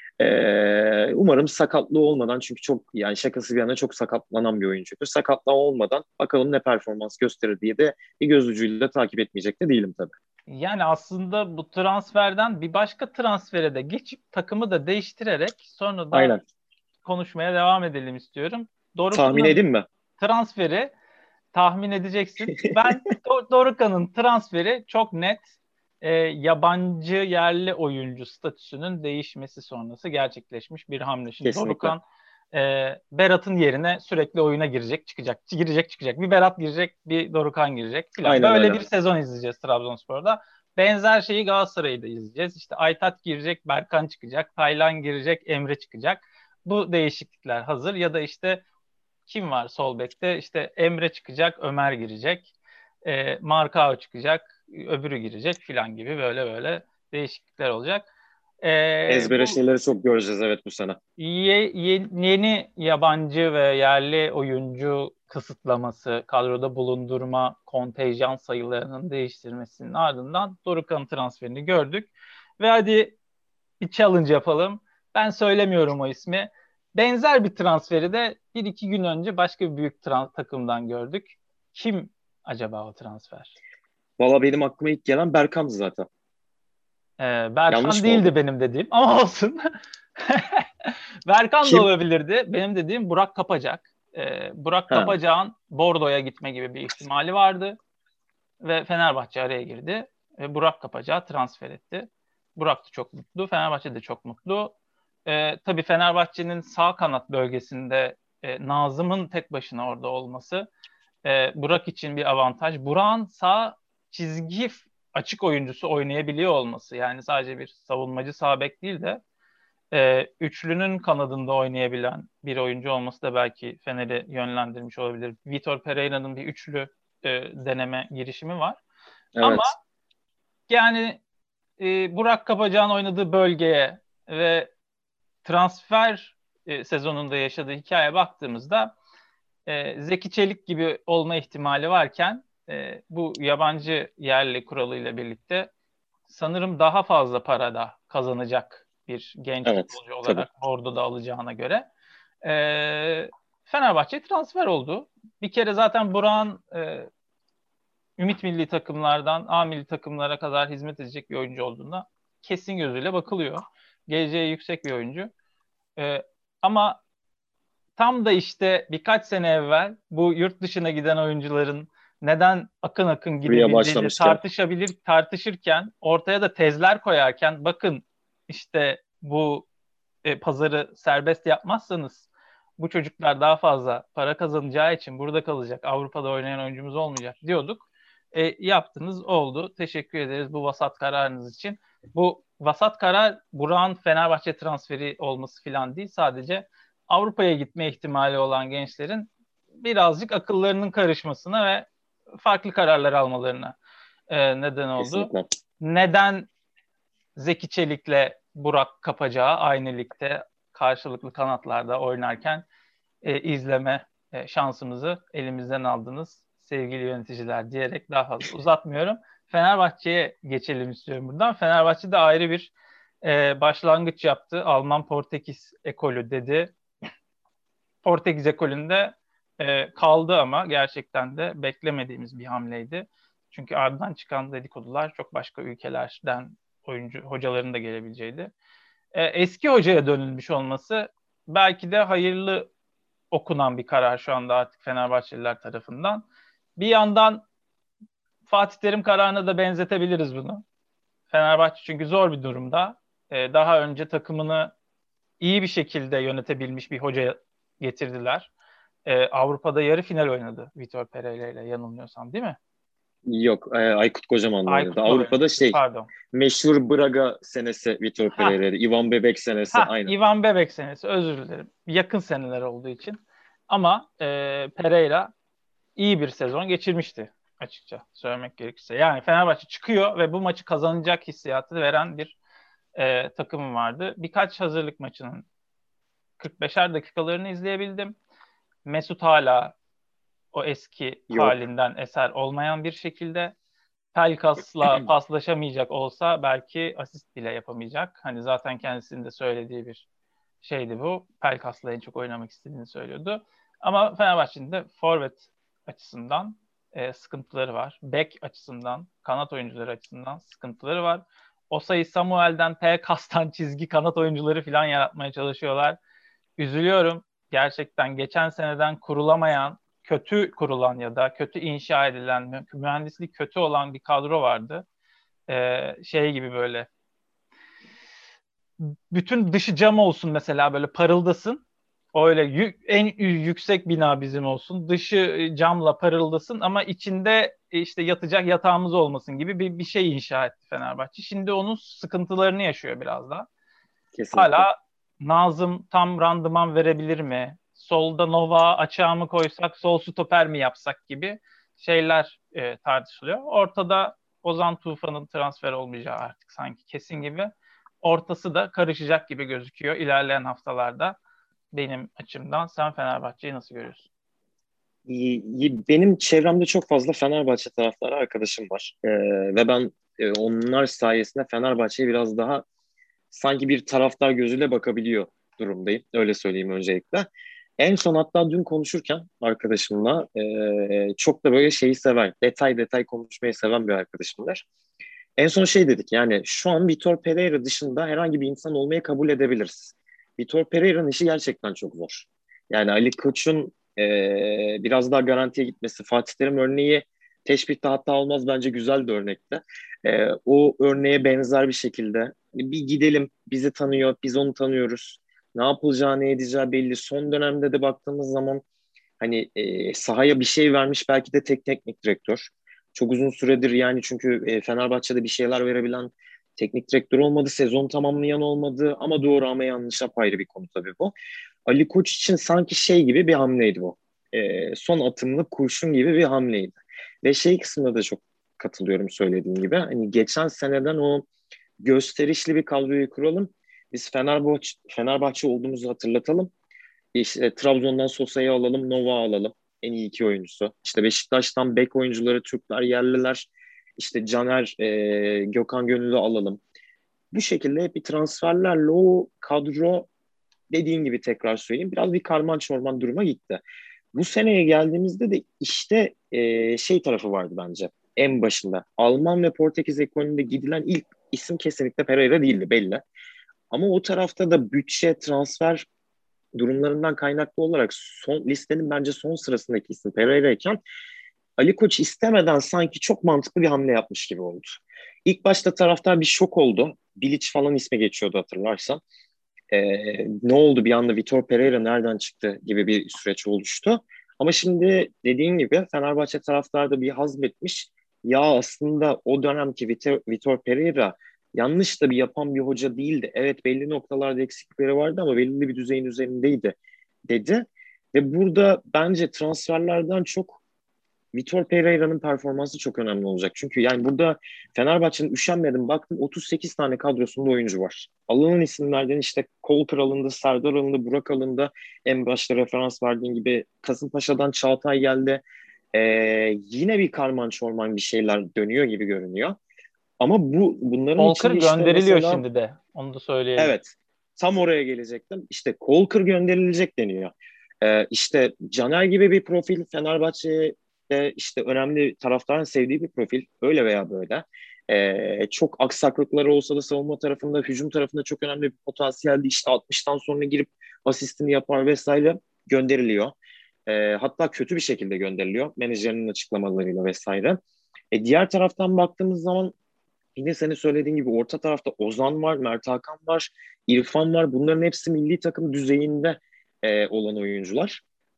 Ee, umarım sakatlığı olmadan çünkü çok yani şakası bir yana çok sakatlanan bir oyuncudur. Sakatlığı olmadan bakalım ne performans gösterir diye de bir göz ucuyla takip etmeyecek de değilim tabii. Yani aslında bu transferden bir başka transfere de geçip takımı da değiştirerek sonra da Aynen. konuşmaya devam edelim istiyorum. Tahmin Dorukhan'ın edeyim mi? transferi tahmin edeceksin. Ben Do- Dorukhan'ın transferi çok net e, yabancı yerli oyuncu statüsünün değişmesi sonrası gerçekleşmiş bir hamle. Şimdi Kesinlikle. Dorukhan e, Berat'ın yerine sürekli oyuna girecek, çıkacak, girecek, çıkacak. Bir Berat girecek, bir Dorukhan girecek filan. Aynen Böyle öyle. bir sezon izleyeceğiz Trabzonspor'da. Benzer şeyi Galatasaray'da izleyeceğiz. İşte Aytat girecek, Berkan çıkacak, Taylan girecek, Emre çıkacak. Bu değişiklikler hazır ya da işte kim var sol bekte? İşte Emre çıkacak, Ömer girecek. E, Marcao çıkacak, öbürü girecek filan gibi böyle böyle değişiklikler olacak. E, Ezbere bu şeyleri çok göreceğiz evet bu sene. ye- ye- yeni yabancı ve yerli oyuncu kısıtlaması, kadroda bulundurma, kontenjan sayılarının değiştirmesinin ardından Dorukhan transferini gördük. Ve hadi bir challenge yapalım. Ben söylemiyorum o ismi. Benzer bir transferi de bir iki gün önce başka bir büyük trans takımdan gördük. Kim acaba o transfer? Valla benim aklıma ilk gelen Berkan'dı zaten. Ee, Berkan Yanlış mı değildi oldu? benim dediğim ama olsun. Berkan da Kim? olabilirdi. Benim dediğim Burak Kapacak. Ee, Burak Ha, Kapacak'ın Bordo'ya gitme gibi bir ihtimali vardı ve Fenerbahçe araya girdi ve Burak Kapacak'ı transfer etti. Burak da çok mutlu, Fenerbahçe de çok mutlu. Ee, tabii Fenerbahçe'nin sağ kanat bölgesinde e, Nazım'ın tek başına orada olması e, Burak için bir avantaj. Burak'ın sağ çizgi açık oyuncusu oynayabiliyor olması, yani sadece bir savunmacı sağ bek değil de e, üçlünün kanadında oynayabilen bir oyuncu olması da belki Fener'i yönlendirmiş olabilir. Vitor Pereira'nın bir üçlü e, deneme girişimi var. Ama evet. yani e, Burak Kapacağ'ın oynadığı bölgeye ve transfer e, sezonunda yaşadığı hikaye baktığımızda e, Zeki Çelik gibi olma ihtimali varken e, bu yabancı yerli kuralıyla birlikte sanırım daha fazla para da kazanacak bir genç Evet. futbolcu Tabii. olarak Bordo'da alacağına göre e, Fenerbahçe transfer oldu. Bir kere zaten Burak'ın e, Ümit milli takımlardan A milli takımlara kadar hizmet edecek bir oyuncu olduğuna kesin gözüyle bakılıyor. Geleceği yüksek bir oyuncu. Ee, ama tam da işte birkaç sene evvel bu yurt dışına giden oyuncuların neden akın akın Buraya gidebildiğini başlamışken. tartışabilir tartışırken ortaya da tezler koyarken bakın işte bu e, pazarı serbest yapmazsanız bu çocuklar daha fazla para kazanacağı için burada kalacak. Avrupa'da oynayan oyuncumuz olmayacak diyorduk. E, yaptınız oldu. Teşekkür ederiz bu vasat kararınız için. Bu vasat karar Burak'ın Fenerbahçe transferi olması falan değil. Sadece Avrupa'ya gitme ihtimali olan gençlerin birazcık akıllarının karışmasına ve farklı kararlar almalarına e, neden oldu. Kesinlikle. Neden Zeki Çelik'le Burak Kapacağı aynı ligde karşılıklı kanatlarda oynarken e, izleme e, şansımızı elimizden aldınız sevgili yöneticiler diyerek daha fazla uzatmıyorum. Fenerbahçe'ye geçelim istiyorum buradan. Fenerbahçe de ayrı bir e, başlangıç yaptı. Alman-Portekiz ekolü dedi. Portekiz ekolünde e, kaldı ama gerçekten de beklemediğimiz bir hamleydi. Çünkü ardından çıkan dedikodular çok başka ülkelerden oyuncu hocaların da gelebileceğiydi. E, eski hocaya dönülmüş olması belki de hayırlı okunan bir karar şu anda artık Fenerbahçeliler tarafından. Bir yandan Fatih Terim kararına da benzetebiliriz bunu. Fenerbahçe çünkü zor bir durumda. E, daha önce takımını iyi bir şekilde yönetebilmiş bir hoca getirdiler. e, Avrupa'da yarı final oynadı Vitor Pereira ile, yanılmıyorsam, değil mi? Yok, e, Aykut Kocaman'la oynadı. Aykut mu Avrupa'da oynamıştı? şey, Pardon. meşhur Braga senesi Vitor Ha, Pereira'ydı. Ivan Bebek senesi, ha, aynen. Ivan Bebek senesi, özür dilerim. Yakın seneler olduğu için. Ama e, Pereira iyi bir sezon geçirmişti açıkça söylemek gerekirse. Yani Fenerbahçe çıkıyor ve bu maçı kazanacak hissiyatı veren bir e, takımım vardı. Birkaç hazırlık maçının kırk beşer dakikalarını izleyebildim. Mesut hala o eski Yok. halinden eser olmayan bir şekilde. Pelkas'la paslaşamayacak olsa belki asist bile yapamayacak. Hani zaten kendisinin de söylediği bir şeydi bu. Pelkas'la en çok oynamak istediğini söylüyordu. Ama Fenerbahçe'nin de forvet açısından e, sıkıntıları var. Bek açısından, kanat oyuncuları açısından sıkıntıları var. Osayi Samuel'den, Pelkas'tan çizgi kanat oyuncuları falan yaratmaya çalışıyorlar. Üzülüyorum. Gerçekten geçen seneden kurulamayan, kötü kurulan ya da kötü inşa edilen, mühendislik kötü olan bir kadro vardı. Ee, şey gibi böyle, bütün dışı cam olsun mesela, böyle parıldasın. Öyle yü- en yüksek bina bizim olsun. Dışı e, camla parıldasın ama içinde e, işte yatacak yatağımız olmasın gibi bir, bir şey inşa etti Fenerbahçe. Şimdi onun sıkıntılarını yaşıyor biraz da. Kesinlikle. Hala Nazım tam randıman verebilir mi? Solda Nova açığa mı koysak, sol stoper mi yapsak gibi şeyler e, tartışılıyor. Ortada Ozan Tufan'ın transfer olmayacağı artık sanki kesin gibi. Ortası da karışacak gibi gözüküyor ilerleyen haftalarda benim açımdan. Sen Fenerbahçe'yi nasıl görüyorsun? Y- y- Benim çevremde çok fazla Fenerbahçe taraftarı arkadaşım var. Ee, ve ben e, onlar sayesinde Fenerbahçe'ye biraz daha sanki bir taraftar gözüyle bakabiliyor durumdayım. Öyle söyleyeyim öncelikle. En son hatta dün konuşurken arkadaşımla e, çok da böyle şeyi seven, detay detay konuşmayı seven bir arkadaşımlar. En son şey dedik, yani şu an Vitor Pereira dışında herhangi bir insan olmayı kabul edebiliriz. Vitor Pereira'nın işi gerçekten çok zor. Yani Ali Koç'un e, biraz daha garantiye gitmesi, Fatih Terim örneği teşbihte hatta olmaz, bence güzel bir örnekte. E, o örneğe benzer bir şekilde hani bir gidelim, bizi tanıyor, biz onu tanıyoruz. Ne yapılacağı, ne edeceği belli. Son dönemde de baktığımız zaman hani e, sahaya bir şey vermiş belki de tek teknik direktör. Çok uzun süredir yani, çünkü e, Fenerbahçe'de bir şeyler verebilen teknik direktör olmadı. Sezon tamamlayan olmadı, ama doğru ama yanlış apayrı bir konu tabii bu. Ali Koç için sanki şey gibi bir hamleydi bu. E, son atımlı kurşun gibi bir hamleydi. Ve şey kısmında da çok katılıyorum söylediğim gibi. Hani geçen seneden o gösterişli bir kadroyu kuralım. Biz Fenerbahçe, Fenerbahçe olduğumuzu hatırlatalım. İşte Trabzon'dan Sosa'yı alalım, Nova alalım. En iyi iki oyuncusu. İşte Beşiktaş'tan bek oyuncuları, Türkler, yerliler. İşte Caner, e, Gökhan Gönül'ü alalım. Bu şekilde hep bir transferlerle o kadro, dediğin gibi tekrar söyleyeyim, biraz bir karman çorman duruma gitti. Bu seneye geldiğimizde de işte e, şey tarafı vardı bence en başında. Alman ve Portekiz ekolünde gidilen ilk isim kesinlikle Pereira değildi, belli. Ama o tarafta da bütçe, transfer durumlarından kaynaklı olarak son listenin bence son sırasındaki isim Pereira'yken Ali Koç istemeden sanki çok mantıklı bir hamle yapmış gibi oldu. İlk başta taraftar bir şok oldu. Bilic falan ismi geçiyordu, hatırlarsan. Ee, ne oldu bir anda, Vitor Pereira nereden çıktı gibi bir süreç oluştu. Ama şimdi dediğin gibi Fenerbahçe taraftarı da bir hazmetmiş. Ya aslında o dönemki Vitor, Vitor Pereira yanlış da bir yapan bir hoca değildi. Evet, belli noktalarda eksiklikleri vardı ama belirli bir düzeyin üzerindeydi dedi. Ve burada bence transferlerden çok Vitor Pereira'nın performansı çok önemli olacak. Çünkü yani burada Fenerbahçe'nin, üşenmedim baktım, otuz sekiz tane kadrosunda oyuncu var. Alınan isimlerden işte Kolkır alındı, Serdar alındı, Burak alındı. En başta referans verdiğin gibi Kasımpaşa'dan Çağatay geldi. Ee, Yine bir karman çorman bir şeyler dönüyor gibi görünüyor. Ama bu bunların Volker içinde işte gönderiliyor mesela, şimdi de. Onu da söyleyelim. evet, tam oraya gelecektim. İşte Kolkır gönderilecek deniyor. Ee, işte Caner gibi bir profil Fenerbahçe'de işte önemli, taraftarın sevdiği bir profil. Öyle veya böyle. Ee, çok aksaklıkları olsa da savunma tarafında, hücum tarafında çok önemli bir potansiyeldi. İşte altmıştan sonra girip asistini yapar vesaire, gönderiliyor. Ee, hatta kötü bir şekilde gönderiliyor. Menajerinin açıklamalarıyla vesaire. E, diğer taraftan baktığımız zaman yine senin söylediğin gibi orta tarafta Ozan var, Mert Hakan var, İrfan var. Bunların hepsi milli takım düzeyinde e, olan oyuncular.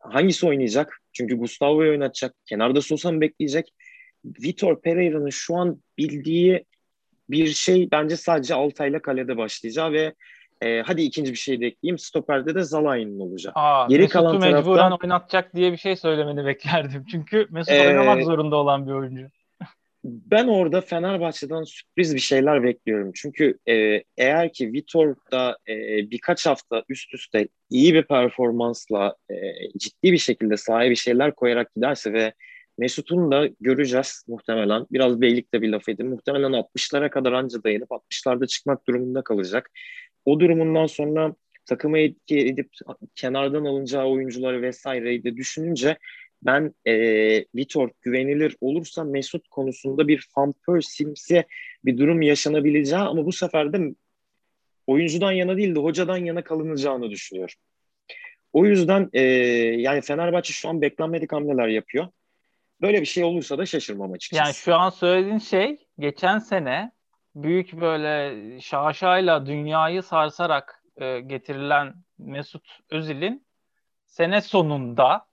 hangisi oynayacak? Çünkü Gustavo'yu oynatacak. Kenarda Sosa mı bekleyecek? Vitor Pereira'nın şu an bildiği bir şey bence sadece Altay'la kalede başlayacağı ve e, hadi ikinci bir şey de ekleyeyim. Stoperde de Zalai'nin olacağı. Aa, Geri kalan Mesut'u mecburen tarafta oynatacak diye bir şey söylemeni beklerdim. Çünkü Mesut oynamak e, zorunda olan bir oyuncu. ben orada Fenerbahçe'den sürpriz bir şeyler bekliyorum. Çünkü e, eğer ki Vitor da e, birkaç hafta üst üste iyi bir performansla e, ciddi bir şekilde sahaya bir şeyler koyarak giderse ve Mesut'un da göreceğiz muhtemelen. Biraz beylikte bir laf edin. Muhtemelen altmışlara kadar anca dayanıp altmışlarda çıkmak durumunda kalacak. O durumundan sonra takıma etki edip kenardan alınacağı oyuncuları vesaireyi de düşününce ben e, Vitor güvenilir olursa Mesut konusunda bir Van Persie'msi bir durum yaşanabileceği ama bu sefer de oyuncudan yana değil de hocadan yana kalınacağını düşünüyorum. O yüzden e, yani Fenerbahçe şu an beklenmedik hamleler yapıyor. Böyle bir şey olursa da şaşırmam Yani açıkçası. şu an söylediğin şey geçen sene büyük böyle şaşayla dünyayı sarsarak e, getirilen Mesut Özil'in sene sonunda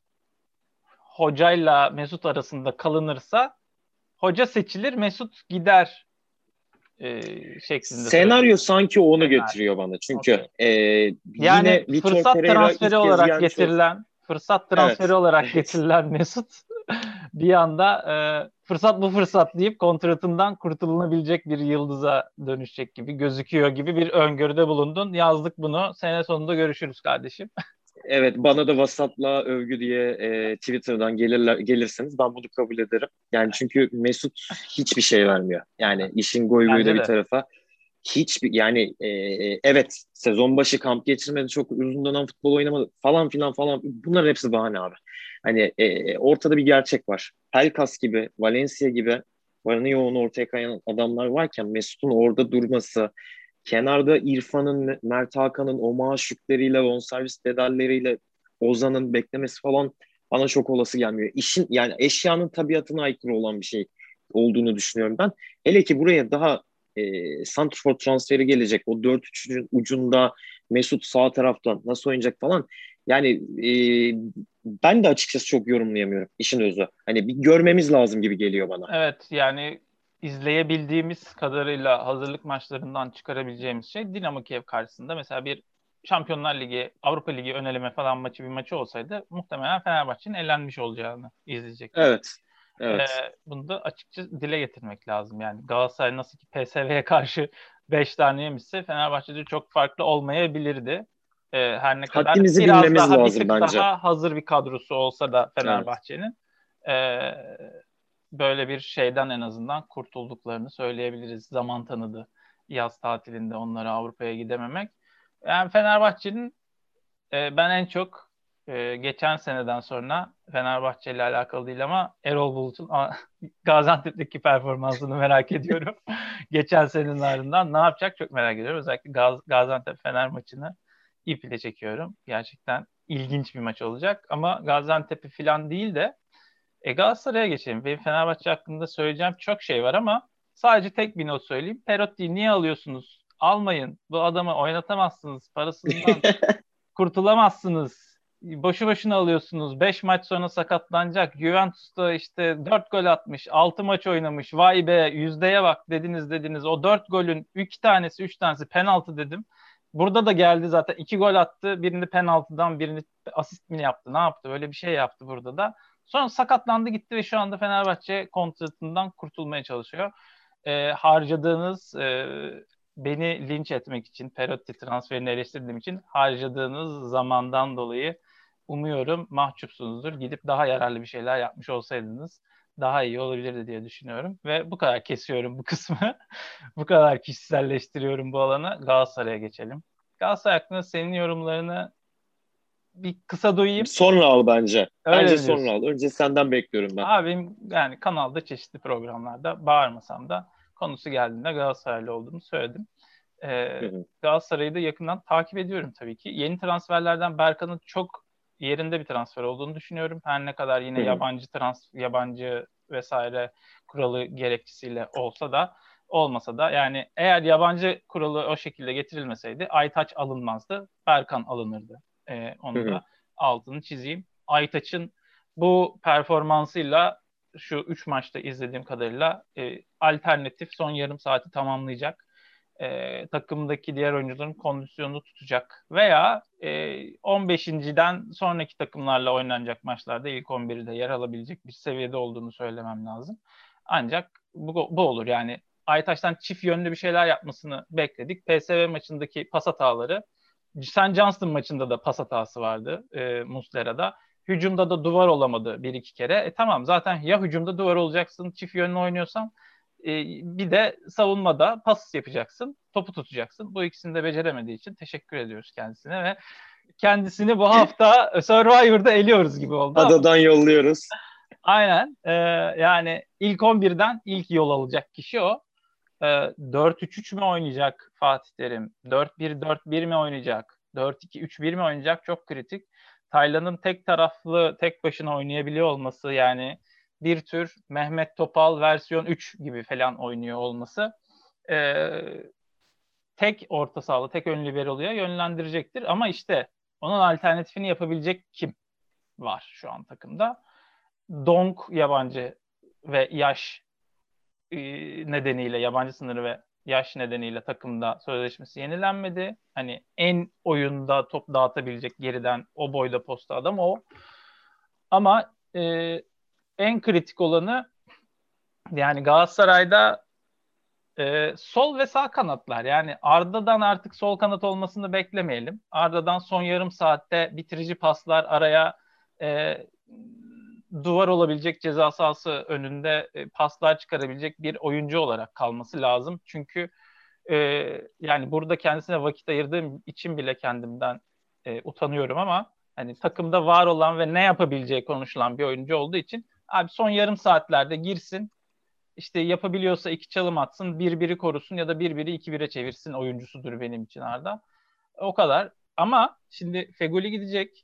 hocayla Mesut arasında kalınırsa hoca seçilir, Mesut gider e, şeklinde Senaryo söylüyorsun. sanki onu Senaryo. getiriyor bana. Çünkü Okey. e, Yani yine Vitor fırsat Pereira transferi ilk kez olarak gelmiş olsa. getirilen fırsat transferi Evet. olarak Evet. getirilen Mesut bir anda e, fırsat bu fırsat deyip kontratından kurtulunabilecek bir yıldıza dönüşecek gibi gözüküyor gibi bir öngörüde bulundun. Yazdık bunu. Sene sonunda görüşürüz kardeşim. Evet, bana da vasatla övgü diye e, Twitter'dan gelirler, gelirseniz ben bunu kabul ederim. Yani çünkü Mesut hiçbir şey vermiyor. Yani işin goy goyu da Bence bir de. tarafa. Hiçbir yani e, evet sezon başı kamp geçirmedi, çok uzun dönem futbol oynamadı falan filan falan. Bunların hepsi bahane abi. Hani e, ortada bir gerçek var. Pelkas gibi, Valencia gibi varını yoğunu ortaya koyan adamlar varken Mesut'un orada durması, kenarda İrfan'ın, Mert Hakan'ın o maaş yükleriyle, bonservis bedelleriyle Ozan'ın beklemesi falan bana çok olası gelmiyor. İşin yani eşyanın tabiatına aykırı olan bir şey olduğunu düşünüyorum ben. Hele ki buraya daha e, santrfor transferi gelecek. O dört üçün ucunda Mesut sağ taraftan nasıl oynayacak falan. Yani e, ben de açıkçası çok yorumlayamıyorum işin özü. Hani bir görmemiz lazım gibi geliyor bana. Evet, yani izleyebildiğimiz kadarıyla hazırlık maçlarından çıkarabileceğimiz şey Dinamo Kiev karşısında mesela bir Şampiyonlar Ligi, Avrupa Ligi ön eleme falan maçı bir maçı olsaydı muhtemelen Fenerbahçe'nin elenmiş olacağını izleyecektik. Evet. Ee, Evet. bunu da açıkça dile getirmek lazım. Yani Galatasaray nasıl ki P S V'ye karşı beş tane yemişse Fenerbahçe'de çok farklı olmayabilirdi. Ee, her ne kadar Haddimizi biraz bilmemiz daha bir lazım tık bence. daha hazır bir kadrosu olsa da Evet. Fenerbahçe'nin ee, böyle bir şeyden en azından kurtulduklarını söyleyebiliriz. Zaman tanıdı yaz tatilinde onlara Avrupa'ya gidememek. Yani Fenerbahçe'nin e, ben en çok e, geçen seneden sonra Fenerbahçe ile alakalı değil ama Erol Bulut'un a- Gaziantep'teki performansını merak ediyorum. Geçen senenin ardından ne yapacak çok merak ediyorum. Özellikle Gaz Gaziantep Fener maçını iple çekiyorum. Gerçekten ilginç bir maç olacak ama Gaziantep'i falan değil de e, Galatasaray'a geçelim. Benim Fenerbahçe hakkında söyleyeceğim çok şey var ama sadece tek bir not söyleyeyim. Perotti'yi niye alıyorsunuz? Almayın. Bu adamı oynatamazsınız. Parasından kurtulamazsınız. Boşu boşuna alıyorsunuz. Beş maç sonra sakatlanacak. Juventus'ta işte dört gol atmış. Altı maç oynamış. Vay be yüzdeye bak dediniz dediniz. O dört golün iki tanesi üç tanesi penaltı dedim. Burada da geldi zaten. iki gol attı. Birini penaltıdan birini asist mi yaptı? Ne yaptı? Öyle bir şey yaptı burada da. Sonra sakatlandı gitti ve şu anda Fenerbahçe kontratından kurtulmaya çalışıyor. E, harcadığınız e, beni linç etmek için, Perotti transferini eleştirdiğim için harcadığınız zamandan dolayı umuyorum mahcupsunuzdur. Gidip daha yararlı bir şeyler yapmış olsaydınız daha iyi olabilirdi diye düşünüyorum. Ve bu kadar kesiyorum bu kısmı. Bu kadar kişiselleştiriyorum bu alanı. Galatasaray'a geçelim. Galatasaray hakkında senin yorumlarını bir kısa duyayım. Sonra al bence. Öyle Bence mi sonra diyorsun? al. Önce senden bekliyorum ben. Abi benim yani kanalda çeşitli programlarda bağırmasam da konusu geldiğinde Galatasaraylı olduğumu söyledim. Hı Ee, hı. Galatasaray'ı da yakından takip ediyorum tabii ki. Yeni transferlerden Berkan'ın çok yerinde bir transfer olduğunu düşünüyorum. Her ne kadar yine Hı hı. yabancı trans yabancı vesaire kuralı gerekçesiyle olsa da olmasa da yani eğer yabancı kuralı o şekilde getirilmeseydi Aytaç alınmazdı. Berkan alınırdı. Ee, Hı onu hı. da altını çizeyim. Aytaç'ın bu performansıyla şu üç maçta izlediğim kadarıyla e, alternatif son yarım saati tamamlayacak. E, takımdaki diğer oyuncuların kondisyonunu tutacak. Veya e, on beşinciden sonraki takımlarla oynanacak maçlarda ilk on birde yer alabilecek bir seviyede olduğunu söylemem lazım. Ancak bu, bu olur yani. Aytaç'tan çift yönlü bir şeyler yapmasını bekledik. P S V maçındaki pas hataları, Saint Johnston maçında da pas hatası vardı e, Muslera'da. Hücumda da duvar olamadı bir iki kere. E tamam, zaten ya hücumda duvar olacaksın çift yönlü oynuyorsan, e, bir de savunmada pas yapacaksın, topu tutacaksın. Bu ikisini de beceremediği için teşekkür ediyoruz kendisine ve kendisini bu hafta Survivor'da eliyoruz gibi oldu. Adadan yolluyoruz. Aynen. E, yani ilk on birden ilk yol alacak kişi o. E, dört üç üç mü oynayacak Fatih Terim? dört bir dört bir mi oynayacak? dört iki üç bir mi oynayacak? Çok kritik. Taylan'ın tek taraflı, tek başına oynayabiliyor olması, yani bir tür Mehmet Topal versiyon üç gibi falan oynuyor olması e, tek orta sahalı, tek ön libero'ya yönlendirecektir. Ama işte onun alternatifini yapabilecek kim var şu an takımda? Donk yabancı ve yaş e, nedeniyle, yabancı sınırı ve yaş nedeniyle takımda sözleşmesi yenilenmedi. Hani en oyunda top dağıtabilecek geriden o boyda posta adam o. Ama e, en kritik olanı, yani Galatasaray'da e, sol ve sağ kanatlar. Yani Arda'dan artık sol kanat olmasını beklemeyelim. Arda'dan son yarım saatte bitirici paslar, araya e, duvar olabilecek, ceza sahası önünde e, paslar çıkarabilecek bir oyuncu olarak kalması lazım. Çünkü e, yani burada kendisine vakit ayırdığım için bile kendimden e, utanıyorum ama hani takımda var olan ve ne yapabileceği konuşulan bir oyuncu olduğu için abi son yarım saatlerde girsin, işte yapabiliyorsa iki çalım atsın, bir biri korusun ya da bir biri iki bire çevirsin oyuncusudur benim için Arda. O kadar. Ama şimdi Fegoli gidecek.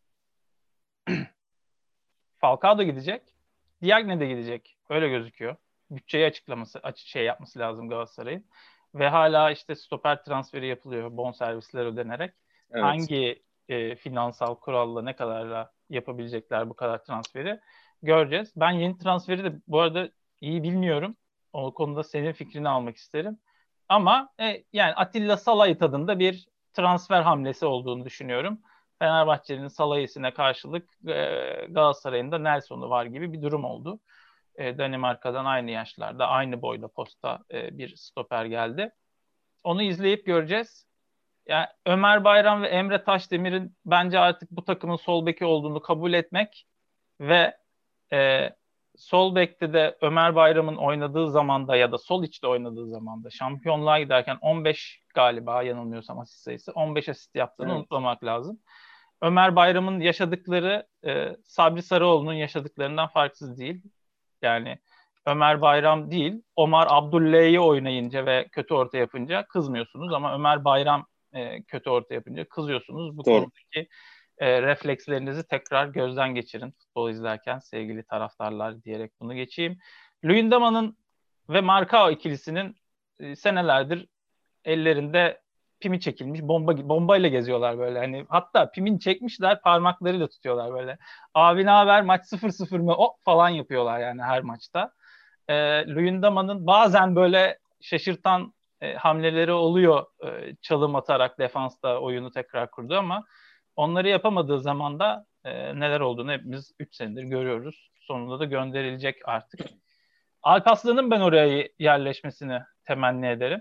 Falcao da gidecek. Diagne de gidecek. Öyle gözüküyor. Bütçeyi açıklaması, açık şey yapması lazım Galatasaray'ın. Ve hala işte stoper transferi yapılıyor bonservisler ödenerek. Evet. Hangi e, finansal kuralla, ne kadarla yapabilecekler bu kadar transferi göreceğiz. Ben yeni transferi de bu arada iyi bilmiyorum. O konuda senin fikrini almak isterim. Ama e, yani Atilla Salay tadında bir transfer hamlesi olduğunu düşünüyorum. Fenerbahçe'nin Salah'isine karşılık e, Galatasaray'ın da Nelson'u var gibi bir durum oldu. E, Danimarka'dan aynı yaşlarda, aynı boyda posta e, bir stoper geldi. Onu izleyip göreceğiz. Yani Ömer Bayram ve Emre Taşdemir'in bence artık bu takımın sol beki olduğunu kabul etmek ve e, sol bekte de Ömer Bayram'ın oynadığı zamanda ya da sol içte oynadığı zamanda şampiyonluğa giderken on beş, galiba yanılmıyorsam asist sayısı, on beş asist yaptığını Evet. unutmamak lazım. Ömer Bayram'ın yaşadıkları e, Sabri Sarıoğlu'nun yaşadıklarından farksız değil. Yani Ömer Bayram değil, Omar Abdullah'ı oynayınca ve kötü orta yapınca kızmıyorsunuz ama Ömer Bayram e, kötü orta yapınca kızıyorsunuz. Bu Doğru. konudaki e, reflekslerinizi tekrar gözden geçirin futbol izlerken sevgili taraftarlar diyerek bunu geçeyim. Luyendama'nın ve Marcao ikilisinin e, senelerdir ellerinde pimi çekilmiş bomba bombayla geziyorlar böyle. Hani hatta pimini çekmişler, parmaklarıyla tutuyorlar böyle. Abi ne haber, maç sıfır sıfır mı? O falan yapıyorlar yani her maçta. E, Luyendama'nın bazen böyle şaşırtan e, hamleleri oluyor, e, çalım atarak defansta oyunu tekrar kurdu ama onları yapamadığı zaman da e, neler olduğunu hepimiz üç senedir görüyoruz. Sonunda da gönderilecek artık. Alpaslan'ın ben oraya yerleşmesini temenni ederim.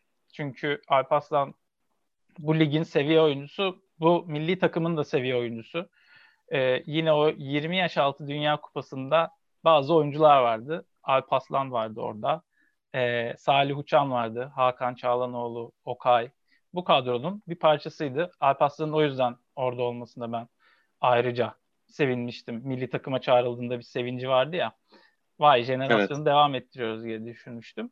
Çünkü Alpaslan bu ligin seviye oyuncusu, bu milli takımın da seviye oyuncusu. Ee, yine o yirmi yaş altı Dünya Kupası'nda bazı oyuncular vardı. Alpaslan vardı orada. Ee, Salih Uçan vardı. Hakan Çağlanoğlu, Okay. Bu kadronun bir parçasıydı. Alpaslan'ın o yüzden orada olmasında ben ayrıca sevinmiştim. Milli takıma çağrıldığında bir sevinci vardı ya. Vay, Evet. jenerasyonu devam ettiriyoruz diye düşünmüştüm.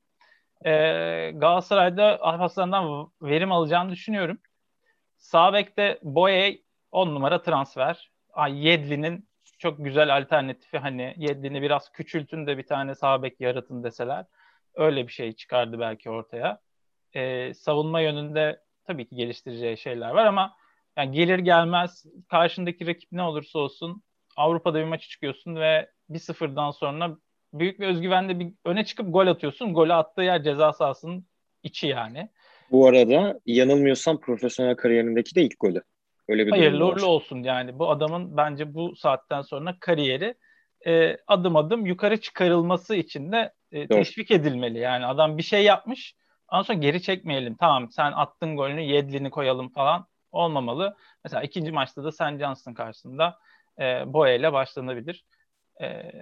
Ee, Galatasaray'da Alparslan'dan verim alacağını düşünüyorum. Sağ bekte Boye on numara transfer. Ay, Yedlin'in çok güzel alternatifi, hani Yedlin'i biraz küçültün de bir tane sağ bek yaratın deseler öyle bir şey çıkardı belki ortaya. Ee, savunma yönünde tabii ki geliştireceği şeyler var ama yani gelir gelmez karşındaki rakip ne olursa olsun Avrupa'da bir maçı çıkıyorsun ve bir sıfırdan sonra büyük bir özgüvenle bir öne çıkıp gol atıyorsun. Golü attığı yer ceza sahasının içi yani. Bu arada yanılmıyorsam profesyonel kariyerindeki de ilk golü. Öyle bir durum Hayırlı da uğurlu var. olsun yani. Bu adamın bence bu saatten sonra kariyeri e, adım adım yukarı çıkarılması için de e, Doğru. teşvik edilmeli. Yani adam bir şey yapmış, ondan sonra geri çekmeyelim. Tamam, sen attın golünü, Yedlin'i koyalım falan olmamalı. Mesela ikinci maçta da Sen Johnson karşısında e, Boye ile başlanabilir. E,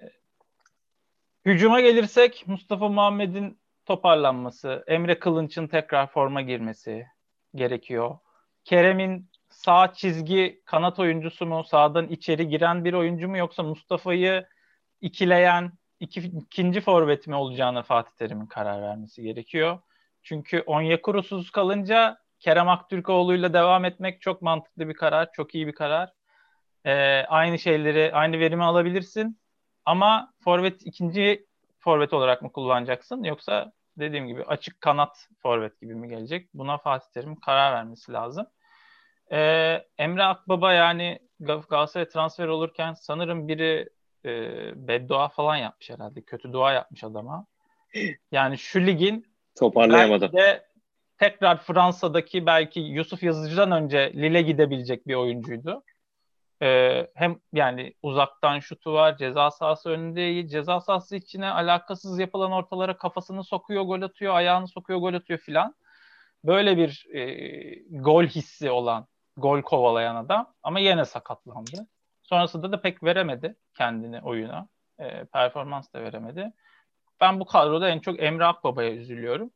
Hücuma gelirsek Mustafa Muhammed'in toparlanması, Emre Kılınç'ın tekrar forma girmesi gerekiyor. Kerem'in sağ çizgi kanat oyuncusu mu, sağdan içeri giren bir oyuncu mu, yoksa Mustafa'yı ikileyen iki, ikinci forvet mi olacağına Fatih Terim'in karar vermesi gerekiyor. Çünkü Onyekuru'suz kalınca Kerem Aktürkoğlu'yla devam etmek çok mantıklı bir karar, çok iyi bir karar. Ee, aynı şeyleri, aynı verimi alabilirsin. Ama forvet ikinci forvet olarak mı kullanacaksın, yoksa dediğim gibi açık kanat forvet gibi mi gelecek? Buna Fatih Terim karar vermesi lazım. Ee, Emre Akbaba yani Galatasaray transfer olurken sanırım biri e, beddua falan yapmış herhalde. Kötü dua yapmış adama. Yani şu ligin belki Toparlayamadı. de tekrar Fransa'daki belki Yusuf Yazıcı'dan önce Lille gidebilecek bir oyuncuydu. Ee, hem yani uzaktan şutu var, ceza sahası önünde iyi, ceza sahası içine alakasız yapılan ortalara kafasını sokuyor, gol atıyor, ayağını sokuyor, gol atıyor filan. Böyle bir e, gol hissi olan, gol kovalayan adam ama yine sakatlandı. Sonrasında da pek veremedi kendini oyuna. E, performans da veremedi. Ben bu kadroda en çok Emre Akbaba'ya üzülüyorum.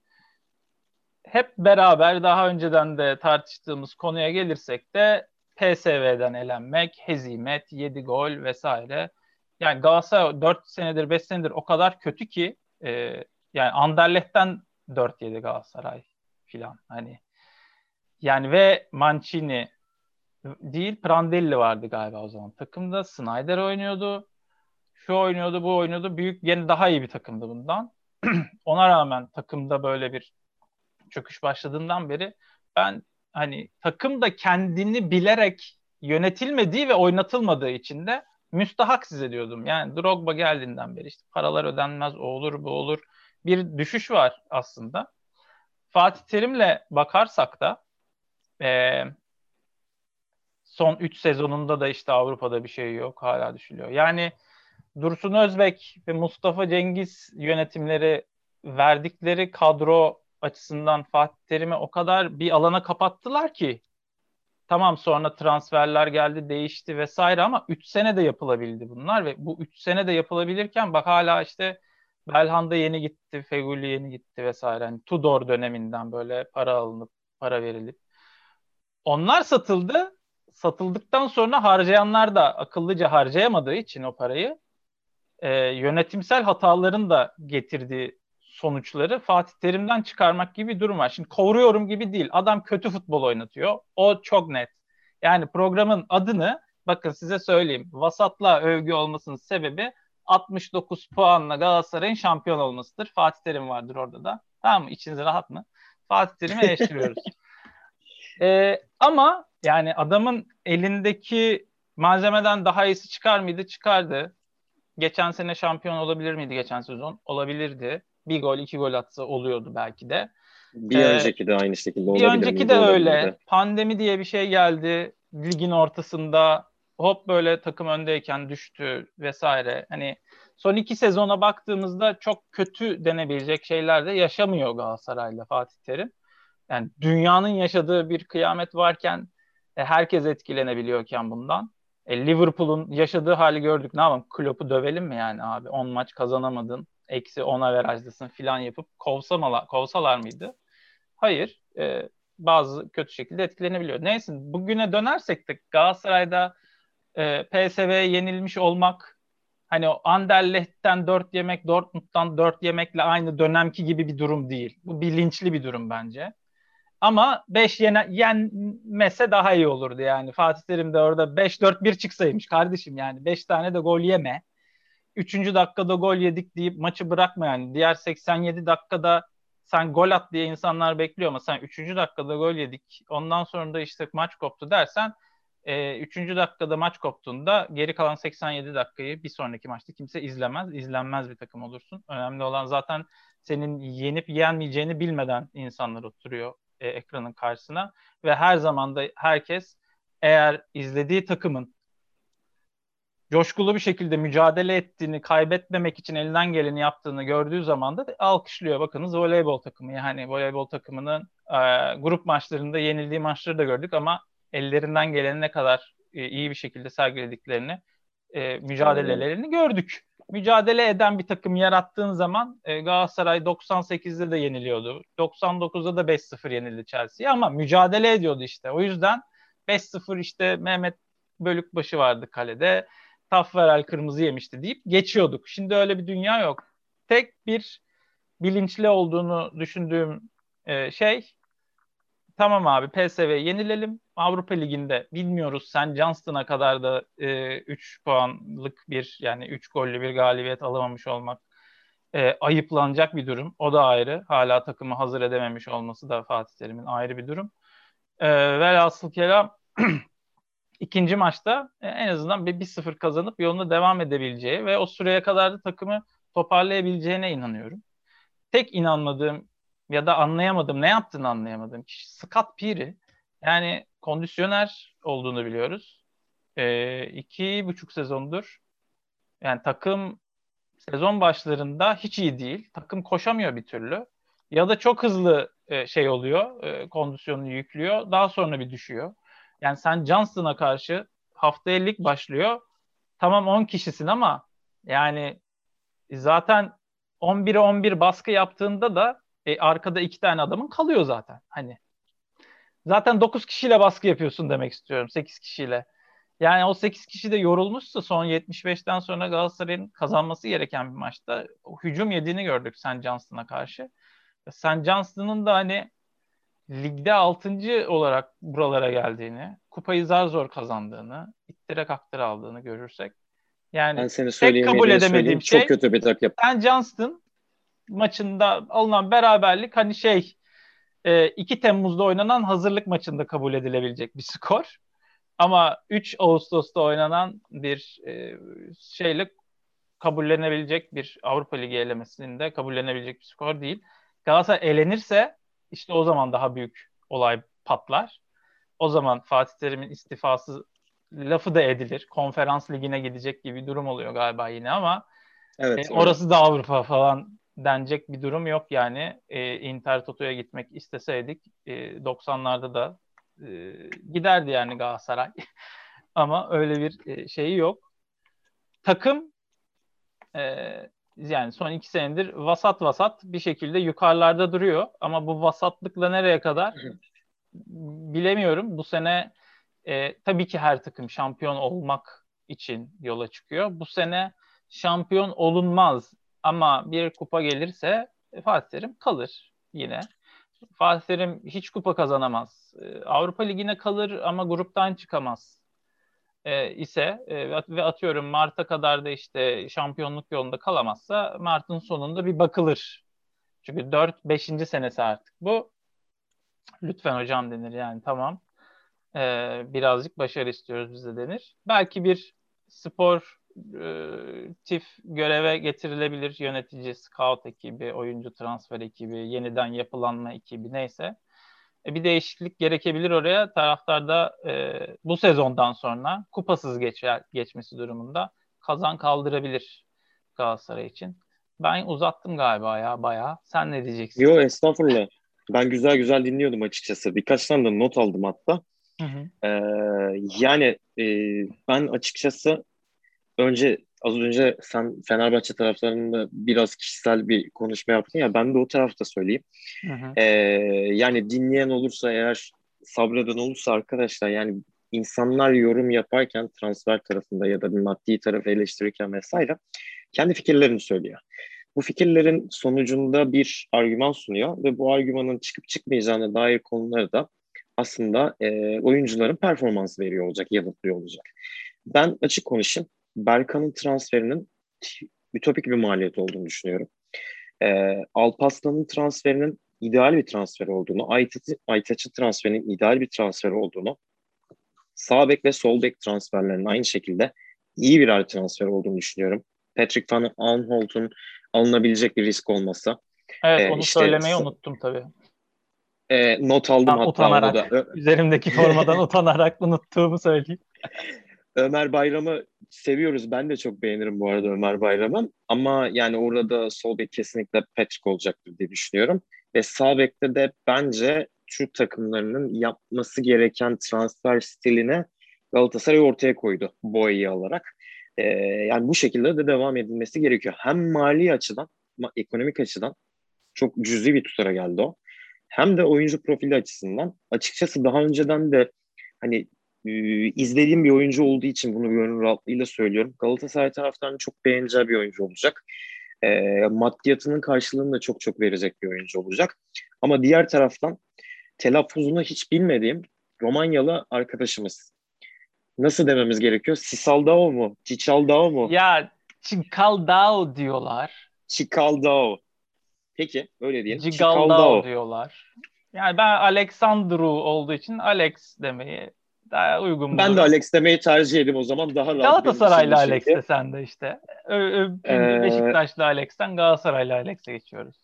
Hep beraber daha önceden de tartıştığımız konuya gelirsek de P S V'den elenmek, hezimet, yedi gol vesaire. Yani Galatasaray dört senedir, beş senedir o kadar kötü ki e, yani Anderlecht'ten dört yedi Galatasaray filan. Hani yani ve Mancini değil, Prandelli vardı galiba o zaman takımda. Snyder oynuyordu. Şu oynuyordu, bu oynuyordu. Büyük, yeni daha iyi bir takımdı bundan. Ona rağmen takımda böyle bir çöküş başladığından beri ben hani takım da kendini bilerek yönetilmediği ve oynatılmadığı için de müstahak ediyordum. Yani Drogba geldiğinden beri işte paralar ödenmez, o olur bu olur. Bir düşüş var aslında. Fatih Terim'le bakarsak da e, son üç sezonunda da işte Avrupa'da bir şey yok. Hala düşülüyor. Yani Dursun Özbek ve Mustafa Cengiz yönetimleri verdikleri kadro açısından Fatih Terim'i o kadar bir alana kapattılar ki tamam, sonra transferler geldi, değişti vesaire ama üç sene de yapılabildi bunlar ve bu üç sene de yapılabilirken bak hala işte Belhanda yeni gitti, Feguli yeni gitti vesaire. Yani Tudor döneminden böyle para alınıp para verilip onlar satıldı. Satıldıktan sonra harcayanlar da akıllıca harcayamadığı için o parayı e, yönetimsel hataların da getirdiği sonuçları Fatih Terim'den çıkarmak gibi bir durum var. Şimdi kovuruyorum gibi değil. Adam kötü futbol oynatıyor. O çok net. Yani programın adını bakın size söyleyeyim. Vasatla övgü olmasının sebebi altmış dokuz puanla Galatasaray'ın şampiyon olmasıdır. Fatih Terim vardır orada da. Tamam mı? İçiniz rahat mı? Fatih Terim'i eleştiriyoruz. Ee, ama yani adamın elindeki malzemeden daha iyisi çıkar mıydı? Çıkardı. Geçen sene şampiyon olabilir miydi geçen sezon? Olabilirdi. Bir gol, iki gol atsa oluyordu belki de. Bir Ee, önceki de aynı şekilde Bir olabilir önceki de miydi? öyle. Olabilirdi. Pandemi diye bir şey geldi. Ligin ortasında hop böyle takım öndeyken düştü vesaire. Hani son iki sezona baktığımızda çok kötü denebilecek şeyler de yaşamıyor Galatasaray'la Fatih Terim. Yani dünyanın yaşadığı bir kıyamet varken e, herkes etkilenebiliyorken bundan. E, Liverpool'un yaşadığı hali gördük. Ne yapalım? Klopp'u dövelim mi yani abi? On maç kazanamadın. Eksi on averajdasın filan yapıp kovsamalar, kovsalar mıydı? Hayır. E, bazı kötü şekilde etkilenebiliyor. Neyse, bugüne dönersek de Galatasaray'da e, P S V'ye yenilmiş olmak, hani o Anderlecht'ten dört yemek, Dortmund'dan dört yemekle aynı dönemki gibi bir durum değil. Bu bilinçli bir durum bence. Ama beş yene, yenmese daha iyi olurdu yani. Fatih Terim de orada beş dört bir çıksaymış kardeşim yani. Beş tane de gol yeme. Üçüncü dakikada gol yedik deyip maçı bırakma yani. Diğer seksen yedi dakikada sen gol at diye insanlar bekliyor ama sen üçüncü dakikada gol yedik. Ondan sonra da işte maç koptu dersen E, üçüncü dakikada maç koptuğunda geri kalan seksen yedi dakikayı bir sonraki maçta kimse izlemez. İzlenmez bir takım olursun. Önemli olan zaten senin yenip yenmeyeceğini bilmeden insanlar oturuyor e, ekranın karşısına. Ve her zaman da herkes eğer izlediği takımın coşkulu bir şekilde mücadele ettiğini, kaybetmemek için elinden geleni yaptığını gördüğü zaman da alkışlıyor. Bakınız voleybol takımı. Yani voleybol takımının e, grup maçlarında yenildiği maçları da gördük ama ellerinden geleni ne kadar e, iyi bir şekilde sergilediklerini, e, Aynen. mücadelelerini gördük. Mücadele eden bir takım yarattığın zaman e, Galatasaray doksan sekizde de yeniliyordu. doksan dokuzda da beş sıfır yenildi Chelsea'ye ama mücadele ediyordu işte. O yüzden beş sıfır işte Mehmet Bölükbaşı vardı kalede. Tafferel kırmızı yemişti deyip geçiyorduk. Şimdi öyle bir dünya yok. Tek bir bilinçli olduğunu düşündüğüm e, şey, tamam abi P S V yenilelim. Avrupa Ligi'nde bilmiyoruz sen Johnston'a kadar da e, üç puanlık bir yani üç gollü bir galibiyet alamamış olmak e, ayıplanacak bir durum. O da ayrı. Hala takımı hazır edememiş olması da Fatih Terim'in ayrı bir durum. E, velhasıl kelam ikinci maçta e, en azından bir bir sıfır kazanıp yoluna devam edebileceği ve o süreye kadar da takımı toparlayabileceğine inanıyorum. Tek inanmadığım ya da anlayamadığım, ne yaptığını anlayamadığım kişi Scott Pieri. Yani kondisyoner olduğunu biliyoruz. E, iki buçuk sezondur. Yani takım sezon başlarında hiç iyi değil. Takım koşamıyor bir türlü. Ya da çok hızlı e, şey oluyor, e, kondisyonunu yüklüyor. Daha sonra bir düşüyor. Yani sen Johnston'a karşı haftaya lig başlıyor. Tamam on kişisin ama yani zaten on bire on bir baskı yaptığında da e, arkada iki tane adamın kalıyor zaten. Hani zaten dokuz kişiyle baskı yapıyorsun demek istiyorum. sekiz kişiyle. Yani o sekiz kişi de yorulmuşsa son yetmiş beşten sonra Galatasaray'ın kazanması gereken bir maçta hücum yediğini gördük Sen Johnston'a karşı. Sen Johnston'ın da hani ligde altıncı olarak buralara geldiğini, kupayı zar zor kazandığını, ittire kaktıra aldığını görürsek. Ben Yani seni tek kabul söyleyemeyeceğini söyleyeyim. edemediğim Çok şey kötü bir takım. Sen Johnston maçında alınan beraberlik hani şey e, iki Temmuz'da oynanan hazırlık maçında kabul edilebilecek bir skor. Ama üç Ağustos'ta oynanan bir e, şeyle kabullenebilecek bir Avrupa Ligi elemesinde kabullenebilecek bir skor değil. Galatasaray elenirse işte o zaman daha büyük olay patlar. O zaman Fatih Terim'in istifası lafı da edilir. Konferans ligine gidecek gibi bir durum oluyor galiba yine ama e, Evet öyle. orası da Avrupa falan denecek bir durum yok yani. E, Inter Toto'ya gitmek isteseydik e, doksanlarda da e, giderdi yani Galatasaray. Ama öyle bir e, şeyi yok. Takım e, yani son iki senedir vasat vasat bir şekilde yukarılarda duruyor. Ama bu vasatlıkla nereye kadar bilemiyorum. Bu sene e, tabii ki her takım şampiyon olmak için yola çıkıyor. Bu sene şampiyon olunmaz ama bir kupa gelirse e, Fatih Terim kalır yine. Fatih Terim hiç kupa kazanamaz. E, Avrupa Ligi'ne kalır ama gruptan çıkamaz e, ise e, ve atıyorum Mart'a kadar da işte şampiyonluk yolunda kalamazsa Mart'ın sonunda bir bakılır. Çünkü dört beşinci senesi artık bu. Lütfen hocam denir yani tamam. E, birazcık başarı istiyoruz bize denir. Belki bir spor e, tif göreve getirilebilir. Yönetici, scout ekibi, oyuncu transfer ekibi, yeniden yapılanma ekibi neyse. E, bir değişiklik gerekebilir oraya. Taraftar da e, bu sezondan sonra kupasız geçer, geçmesi durumunda kazan kaldırabilir Galatasaray için. Ben uzattım galiba ya bayağı. Sen ne diyeceksin? Yo estağfurullah. Ben güzel güzel dinliyordum açıkçası. Birkaç tane de not aldım hatta. Hı hı. Ee, yani e, ben açıkçası önce az önce sen Fenerbahçe taraftarında biraz kişisel bir konuşma yaptın ya ben de o tarafta söyleyeyim. Hı hı. Ee, yani dinleyen olursa eğer sabreden olursa arkadaşlar yani insanlar yorum yaparken transfer tarafında ya da bir maddi tarafı eleştirirken vesaire kendi fikirlerini söylüyor. Bu fikirlerin sonucunda bir argüman sunuyor ve bu argümanın çıkıp çıkmayacağına dair konuları da aslında e, oyuncuların performansı veriyor olacak, yanıtlıyor olacak. Ben açık konuşayım. Berkan'ın transferinin ütopik bir maliyet olduğunu düşünüyorum. E, Alparslan'ın transferinin ideal bir transfer olduğunu, Aytaç'ın transferinin ideal bir transfer olduğunu Sağ bek ve sol bek transferlerinin aynı şekilde iyi birer transfer olduğunu düşünüyorum. Patrick Van Aanholt'un alınabilecek bir risk olması. Evet, Ee, onu işte söylemeyi unuttum tabii. e, not aldım Ben hatta onu da. utanarak, üzerimdeki formadan utanarak unuttuğumu söyleyeyim. Ömer Bayram'ı seviyoruz. Ben de çok beğenirim bu arada Ömer Bayram'ı. Ama yani orada sol bek kesinlikle Patrick olacaktır diye düşünüyorum. Ve sağ bekte de bence Türk takımlarının yapması gereken transfer stiline Galatasaray ortaya koydu Boya'yı alarak. Ee, yani bu şekilde de devam edilmesi gerekiyor. Hem mali açıdan, ekonomik açıdan çok cüzi bir tutara geldi o. Hem de oyuncu profili açısından. Açıkçası daha önceden de hani e, izlediğim bir oyuncu olduğu için bunu gönül rahatlığıyla söylüyorum. Galatasaray taraftarının çok beğeneceği bir oyuncu olacak. E, maddiyatının karşılığını da çok çok verecek bir oyuncu olacak. Ama diğer taraftan telaffuzunu hiç bilmediğim Romanyalı arkadaşımız. Nasıl dememiz gerekiyor? Sisaldao mu? Çiçaldao mu? Ya Çikaldao diyorlar. Çikaldao. Peki öyle diyelim. Cigaldao Çikaldao. diyorlar. Yani ben Alexandru olduğu için Alex demeyi daha uygun Ben de bulurum. Alex demeyi tercih edeyim o zaman. Daha rahat benim için Galatasaraylı de Alex çünkü. de sen de işte. Ö- ö- Ee, Beşiktaşlı Alex'ten Galatasaraylı Alex'e geçiyoruz.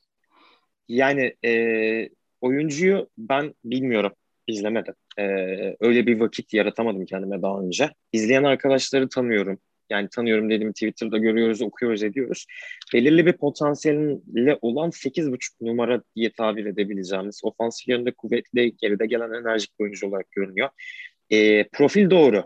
yani e, oyuncuyu ben bilmiyorum. İzlemedim. Ee, öyle bir vakit yaratamadım kendime daha önce. İzleyen arkadaşları tanıyorum. Yani tanıyorum dediğim Twitter'da görüyoruz, okuyoruz, ediyoruz. Belirli bir potansiyeliyle olan sekiz buçuk numara diye tabir edebileceğimiz ofansif yönde kuvvetli, geride gelen enerjik bir oyuncu olarak görünüyor. Ee, profil doğru.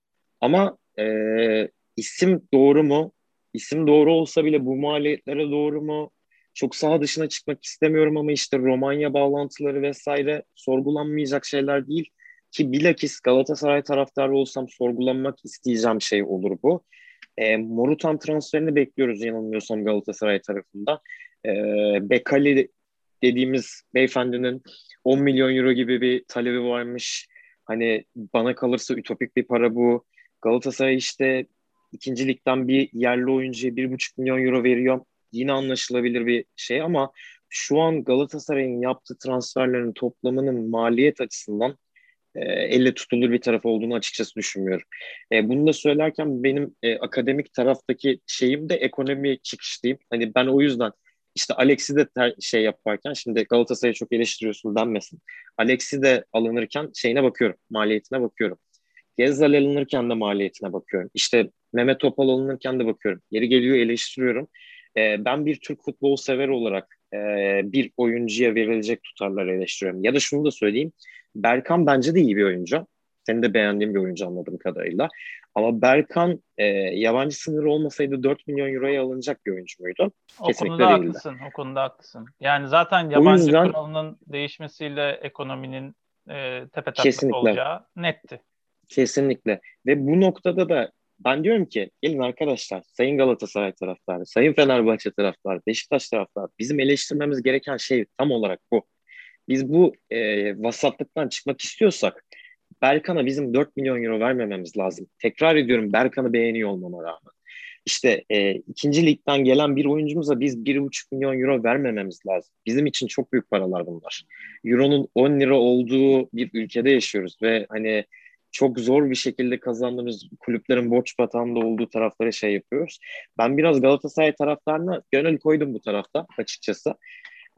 Ama e, isim doğru mu? İsim doğru olsa bile bu maliyetlere doğru mu? Çok saha dışına çıkmak istemiyorum ama işte Romanya bağlantıları vesaire sorgulanmayacak şeyler değil. Ki bilakis Galatasaray taraftarı olsam sorgulanmak isteyeceğim şey olur bu. E, Morutan transferini bekliyoruz yanılmıyorsam Galatasaray tarafında. E, Bekali dediğimiz beyefendinin on milyon euro gibi bir talebi varmış. Hani bana kalırsa ütopik bir para bu. Galatasaray işte ikinci ligden bir yerli oyuncuya bir buçuk milyon euro veriyor. Yine anlaşılabilir bir şey ama şu an Galatasaray'ın yaptığı transferlerin toplamının maliyet açısından e, elle tutulur bir taraf olduğunu açıkçası düşünmüyorum. E, bunu da söylerken benim e, akademik taraftaki şeyim de ekonomi çıkışlıyım. Hani ben o yüzden işte Alex'i de ter, şey yaparken şimdi Galatasaray'ı çok eleştiriyorsun denmesin. Alex'i de alınırken şeyine bakıyorum, maliyetine bakıyorum. Gezzal alınırken de maliyetine bakıyorum. İşte Mehmet Topal alınırken de bakıyorum. Yeri geliyor eleştiriyorum. E, ben bir Türk futbol sever olarak e, bir oyuncuya verilecek tutarları eleştiriyorum. Ya da şunu da söyleyeyim. Berkan bence de iyi bir oyuncu. Senin de beğendiğin bir oyuncu anladığım kadarıyla. Ama Berkan e, yabancı sınırı olmasaydı dört milyon euroya alınacak bir oyuncu muydu? O Kesinlikle konuda değildi. haklısın. O konuda haklısın. Yani zaten O yabancı yüzden kuralının değişmesiyle ekonominin e, tepetaklak kesinlikle olacağı netti. Kesinlikle. Ve bu noktada da ben diyorum ki gelin arkadaşlar, Sayın Galatasaray taraftarı, Sayın Fenerbahçe taraftarı, Beşiktaş taraftarı bizim eleştirmemiz gereken şey tam olarak bu. Biz bu e, vasatlıktan çıkmak istiyorsak Berkan'a bizim dört milyon euro vermememiz lazım. Tekrar ediyorum Berkan'ı beğeniyor olmama rağmen. İşte e, ikinci ligden gelen bir oyuncumuza biz bir buçuk milyon euro vermememiz lazım. Bizim için çok büyük paralar bunlar. Euro'nun on lira olduğu bir ülkede yaşıyoruz ve hani çok zor bir şekilde kazandığımız kulüplerin borç batağında olduğu taraflara şey yapıyoruz. Ben biraz Galatasaray taraftarına gönül koydum bu tarafta açıkçası. Ee,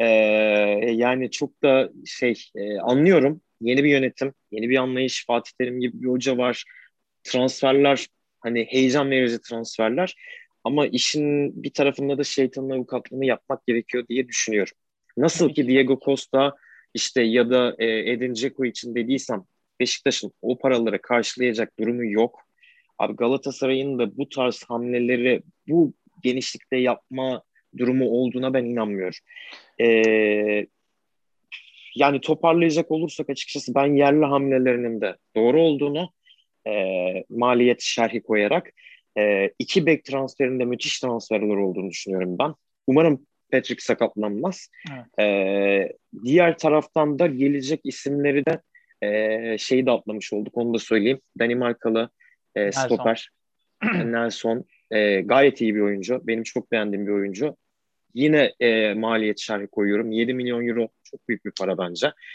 yani çok da şey e, anlıyorum. Yeni bir yönetim, yeni bir anlayış. Fatih Terim gibi bir hoca var. Transferler hani heyecan verici transferler. Ama işin bir tarafında da şeytanın avukatlığını yapmak gerekiyor diye düşünüyorum. Nasıl Tabii ki ki. Diego Costa işte ya da e, Edin Dzeko için dediysem Beşiktaş'ın o paraları karşılayacak durumu yok. Abi Galatasaray'ın da bu tarz hamleleri bu genişlikte yapma durumu olduğuna ben inanmıyorum. Ee, yani toparlayacak olursak açıkçası ben yerli hamlelerinin de doğru olduğunu e, maliyet şerhi koyarak e, iki bek transferinde müthiş transferler olduğunu düşünüyorum ben. Umarım Patrick sakatlanmaz. Evet. E, diğer taraftan da gelecek isimleri de e, şeyi de atlamış olduk onu da söyleyeyim. Danimarkalı e, Nelson. stoper Nelson e, gayet iyi bir oyuncu. Benim çok beğendiğim bir oyuncu. Yine e, maliyet şerhi koyuyorum. yedi milyon euro çok büyük bir para bence.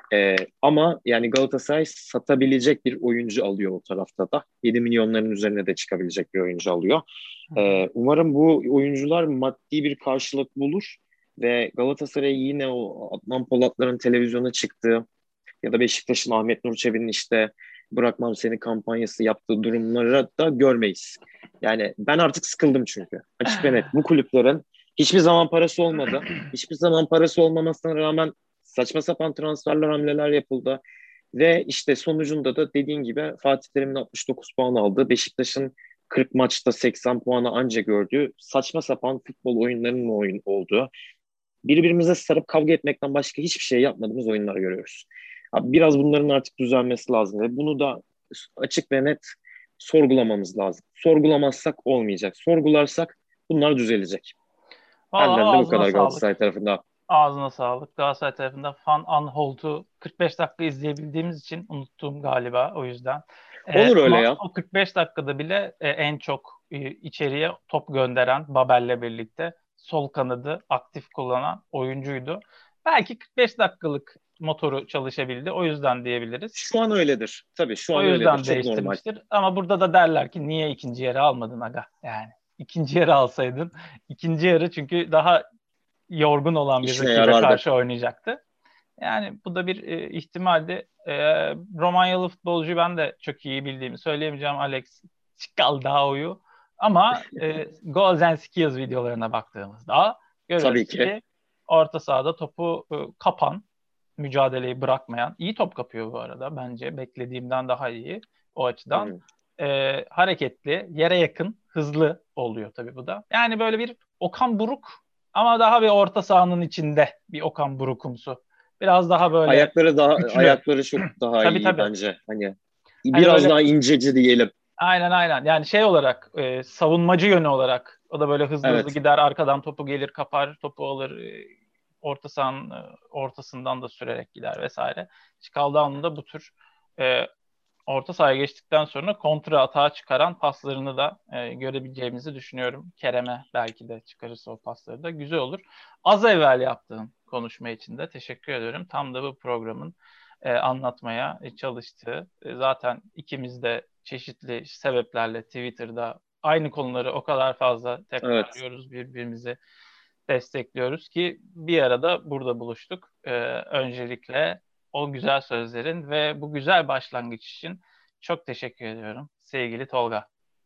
Ee, ama yani Galatasaray satabilecek bir oyuncu alıyor o tarafta da. yedi milyonların üzerine de çıkabilecek bir oyuncu alıyor. Hı hı. Ee, umarım bu oyuncular maddi bir karşılık bulur ve Galatasaray yine o Adnan Polatların televizyona çıktığı ya da Beşiktaş'ın Ahmet Nur Çebi'nin işte bırakmam seni kampanyası yaptığı durumları da görmeyiz. Yani ben artık sıkıldım çünkü. Açık ve net. Bu kulüplerin hiçbir zaman parası olmadı. Hiçbir zaman parası olmamasına rağmen saçma sapan transferler, hamleler yapıldı. Ve işte sonucunda da dediğin gibi Fatih Terim'in altmış dokuz puan aldı. Beşiktaş'ın kırk maçta seksen puanı anca gördüğü saçma sapan futbol oyunlarının oyun olduğu, birbirimize sarıp kavga etmekten başka hiçbir şey yapmadığımız oyunlar görüyoruz. Abi biraz bunların artık düzelmesi lazım ve bunu da açık ve net sorgulamamız lazım. Sorgulamazsak olmayacak. Sorgularsak bunlar düzelecek. Valla Benden de bu ağzına kadar Galatasaray sağlık. tarafında. Ağzına sağlık. Galatasaray tarafında Fan Anholt'u kırk beş dakika izleyebildiğimiz için unuttum galiba o yüzden. Ee, Olur öyle ama ya. o kırk beş dakikada bile e, en çok e, içeriye top gönderen Babel'le birlikte sol kanadı aktif kullanan oyuncuydu. Belki kırk beş dakikalık motoru çalışabildi. O yüzden diyebiliriz. Şu an öyledir. Tabii şu O an öyledir. yüzden Çok normal. değiştirmiştir. Ama burada da derler ki niye ikinci yarı almadın aga? Yani ikinci yarı alsaydın. İkinci yarı çünkü daha yorgun olan bir İşine rakibe yarardı. karşı oynayacaktı. Yani bu da bir e, ihtimaldi. E, Romanyalı futbolcu ben de çok iyi bildiğimi söyleyemeyeceğim, Alex Çikaldao'yu. Ama e, Goals and Skills videolarına baktığımızda Tabii görüyoruz ki. ki orta sahada topu e, kapan, mücadeleyi bırakmayan, iyi top kapıyor bu arada. Bence beklediğimden daha iyi o açıdan. Hı. E, hareketli, yere yakın, hızlı oluyor tabii bu da. Yani böyle bir Okan Buruk ama daha bir orta sahanın içinde bir Okan Buruk'umsu. Biraz daha böyle Ayakları daha güçlü. ayakları çok daha Tabii iyi tabii. bence. Hani Hani biraz böyle daha inceci diyelim. aynen aynen. Yani şey olarak e, savunmacı yönü olarak o da böyle hızlı hızlı Evet. gider, arkadan topu gelir, kapar, topu alır, e, orta sahanın e, ortasından da sürerek gider vesaire. Çikaldao'nun da bu tür e, orta sahaya geçtikten sonra kontra atağa çıkaran paslarını da e, görebileceğimizi düşünüyorum. Kerem'e belki de çıkarırsa o pasları da güzel olur. Az evvel yaptığım konuşma için de teşekkür ediyorum. Tam da bu programın e, anlatmaya çalıştığı, e, zaten ikimiz de çeşitli sebeplerle Twitter'da aynı konuları o kadar fazla Evet. tekrarlıyoruz, birbirimizi destekliyoruz ki bir arada burada buluştuk. E, öncelikle o güzel sözlerin ve bu güzel başlangıç için çok teşekkür ediyorum sevgili Tolga.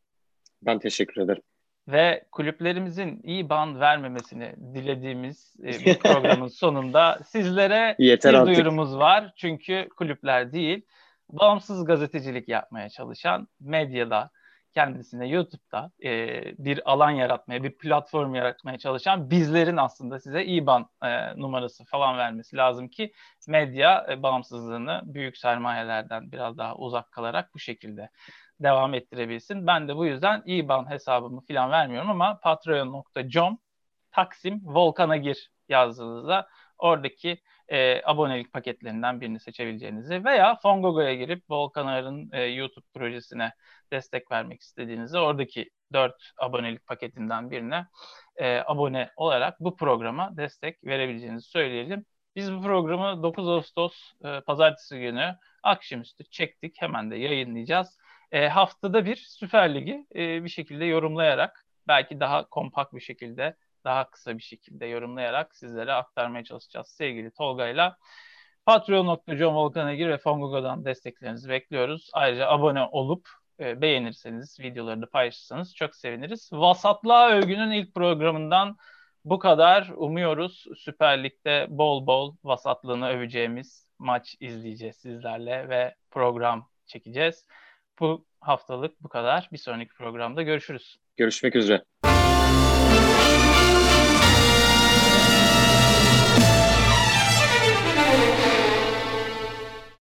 Ben teşekkür ederim. Ve kulüplerimizin iyi ban vermemesini dilediğimiz e, bu programın sonunda sizlere Yeter bir artık. duyurumuz var. Çünkü kulüpler değil, bağımsız gazetecilik yapmaya çalışan medyada, kendisine YouTube'da e, bir alan yaratmaya, bir platform yaratmaya çalışan bizlerin aslında size İ B A N e, numarası falan vermesi lazım ki medya e, bağımsızlığını büyük sermayelerden biraz daha uzak kalarak bu şekilde devam ettirebilsin. Ben de bu yüzden İ B A N hesabımı falan vermiyorum ama patreon nokta com Taksim Volkan'a gir yazdığınızda oradaki e, abonelik paketlerinden birini seçebileceğinizi veya Fongogo'ya girip Volkan Ağır'ın e, YouTube projesine destek vermek istediğinizde oradaki dört abonelik paketinden birine e, abone olarak bu programa destek verebileceğinizi söyleyelim. Biz bu programı dokuz Ağustos e, Pazartesi günü akşamüstü çektik. Hemen de yayınlayacağız. E, haftada bir Süper Lig'i e, bir şekilde yorumlayarak, belki daha kompakt bir şekilde, daha kısa bir şekilde yorumlayarak sizlere aktarmaya çalışacağız sevgili Tolga'yla. patreon nokta com Volkan'a ve Fongogo'dan desteklerinizi bekliyoruz. Ayrıca abone olup e, beğenirseniz, videoları da paylaşırsanız çok seviniriz. Vasatlığa Övgü'nün ilk programından bu kadar. Umuyoruz Süper Lig'de bol bol vasatlığını öveceğimiz maç izleyeceğiz sizlerle ve program çekeceğiz. Bu haftalık bu kadar. Bir sonraki programda görüşürüz. Görüşmek üzere.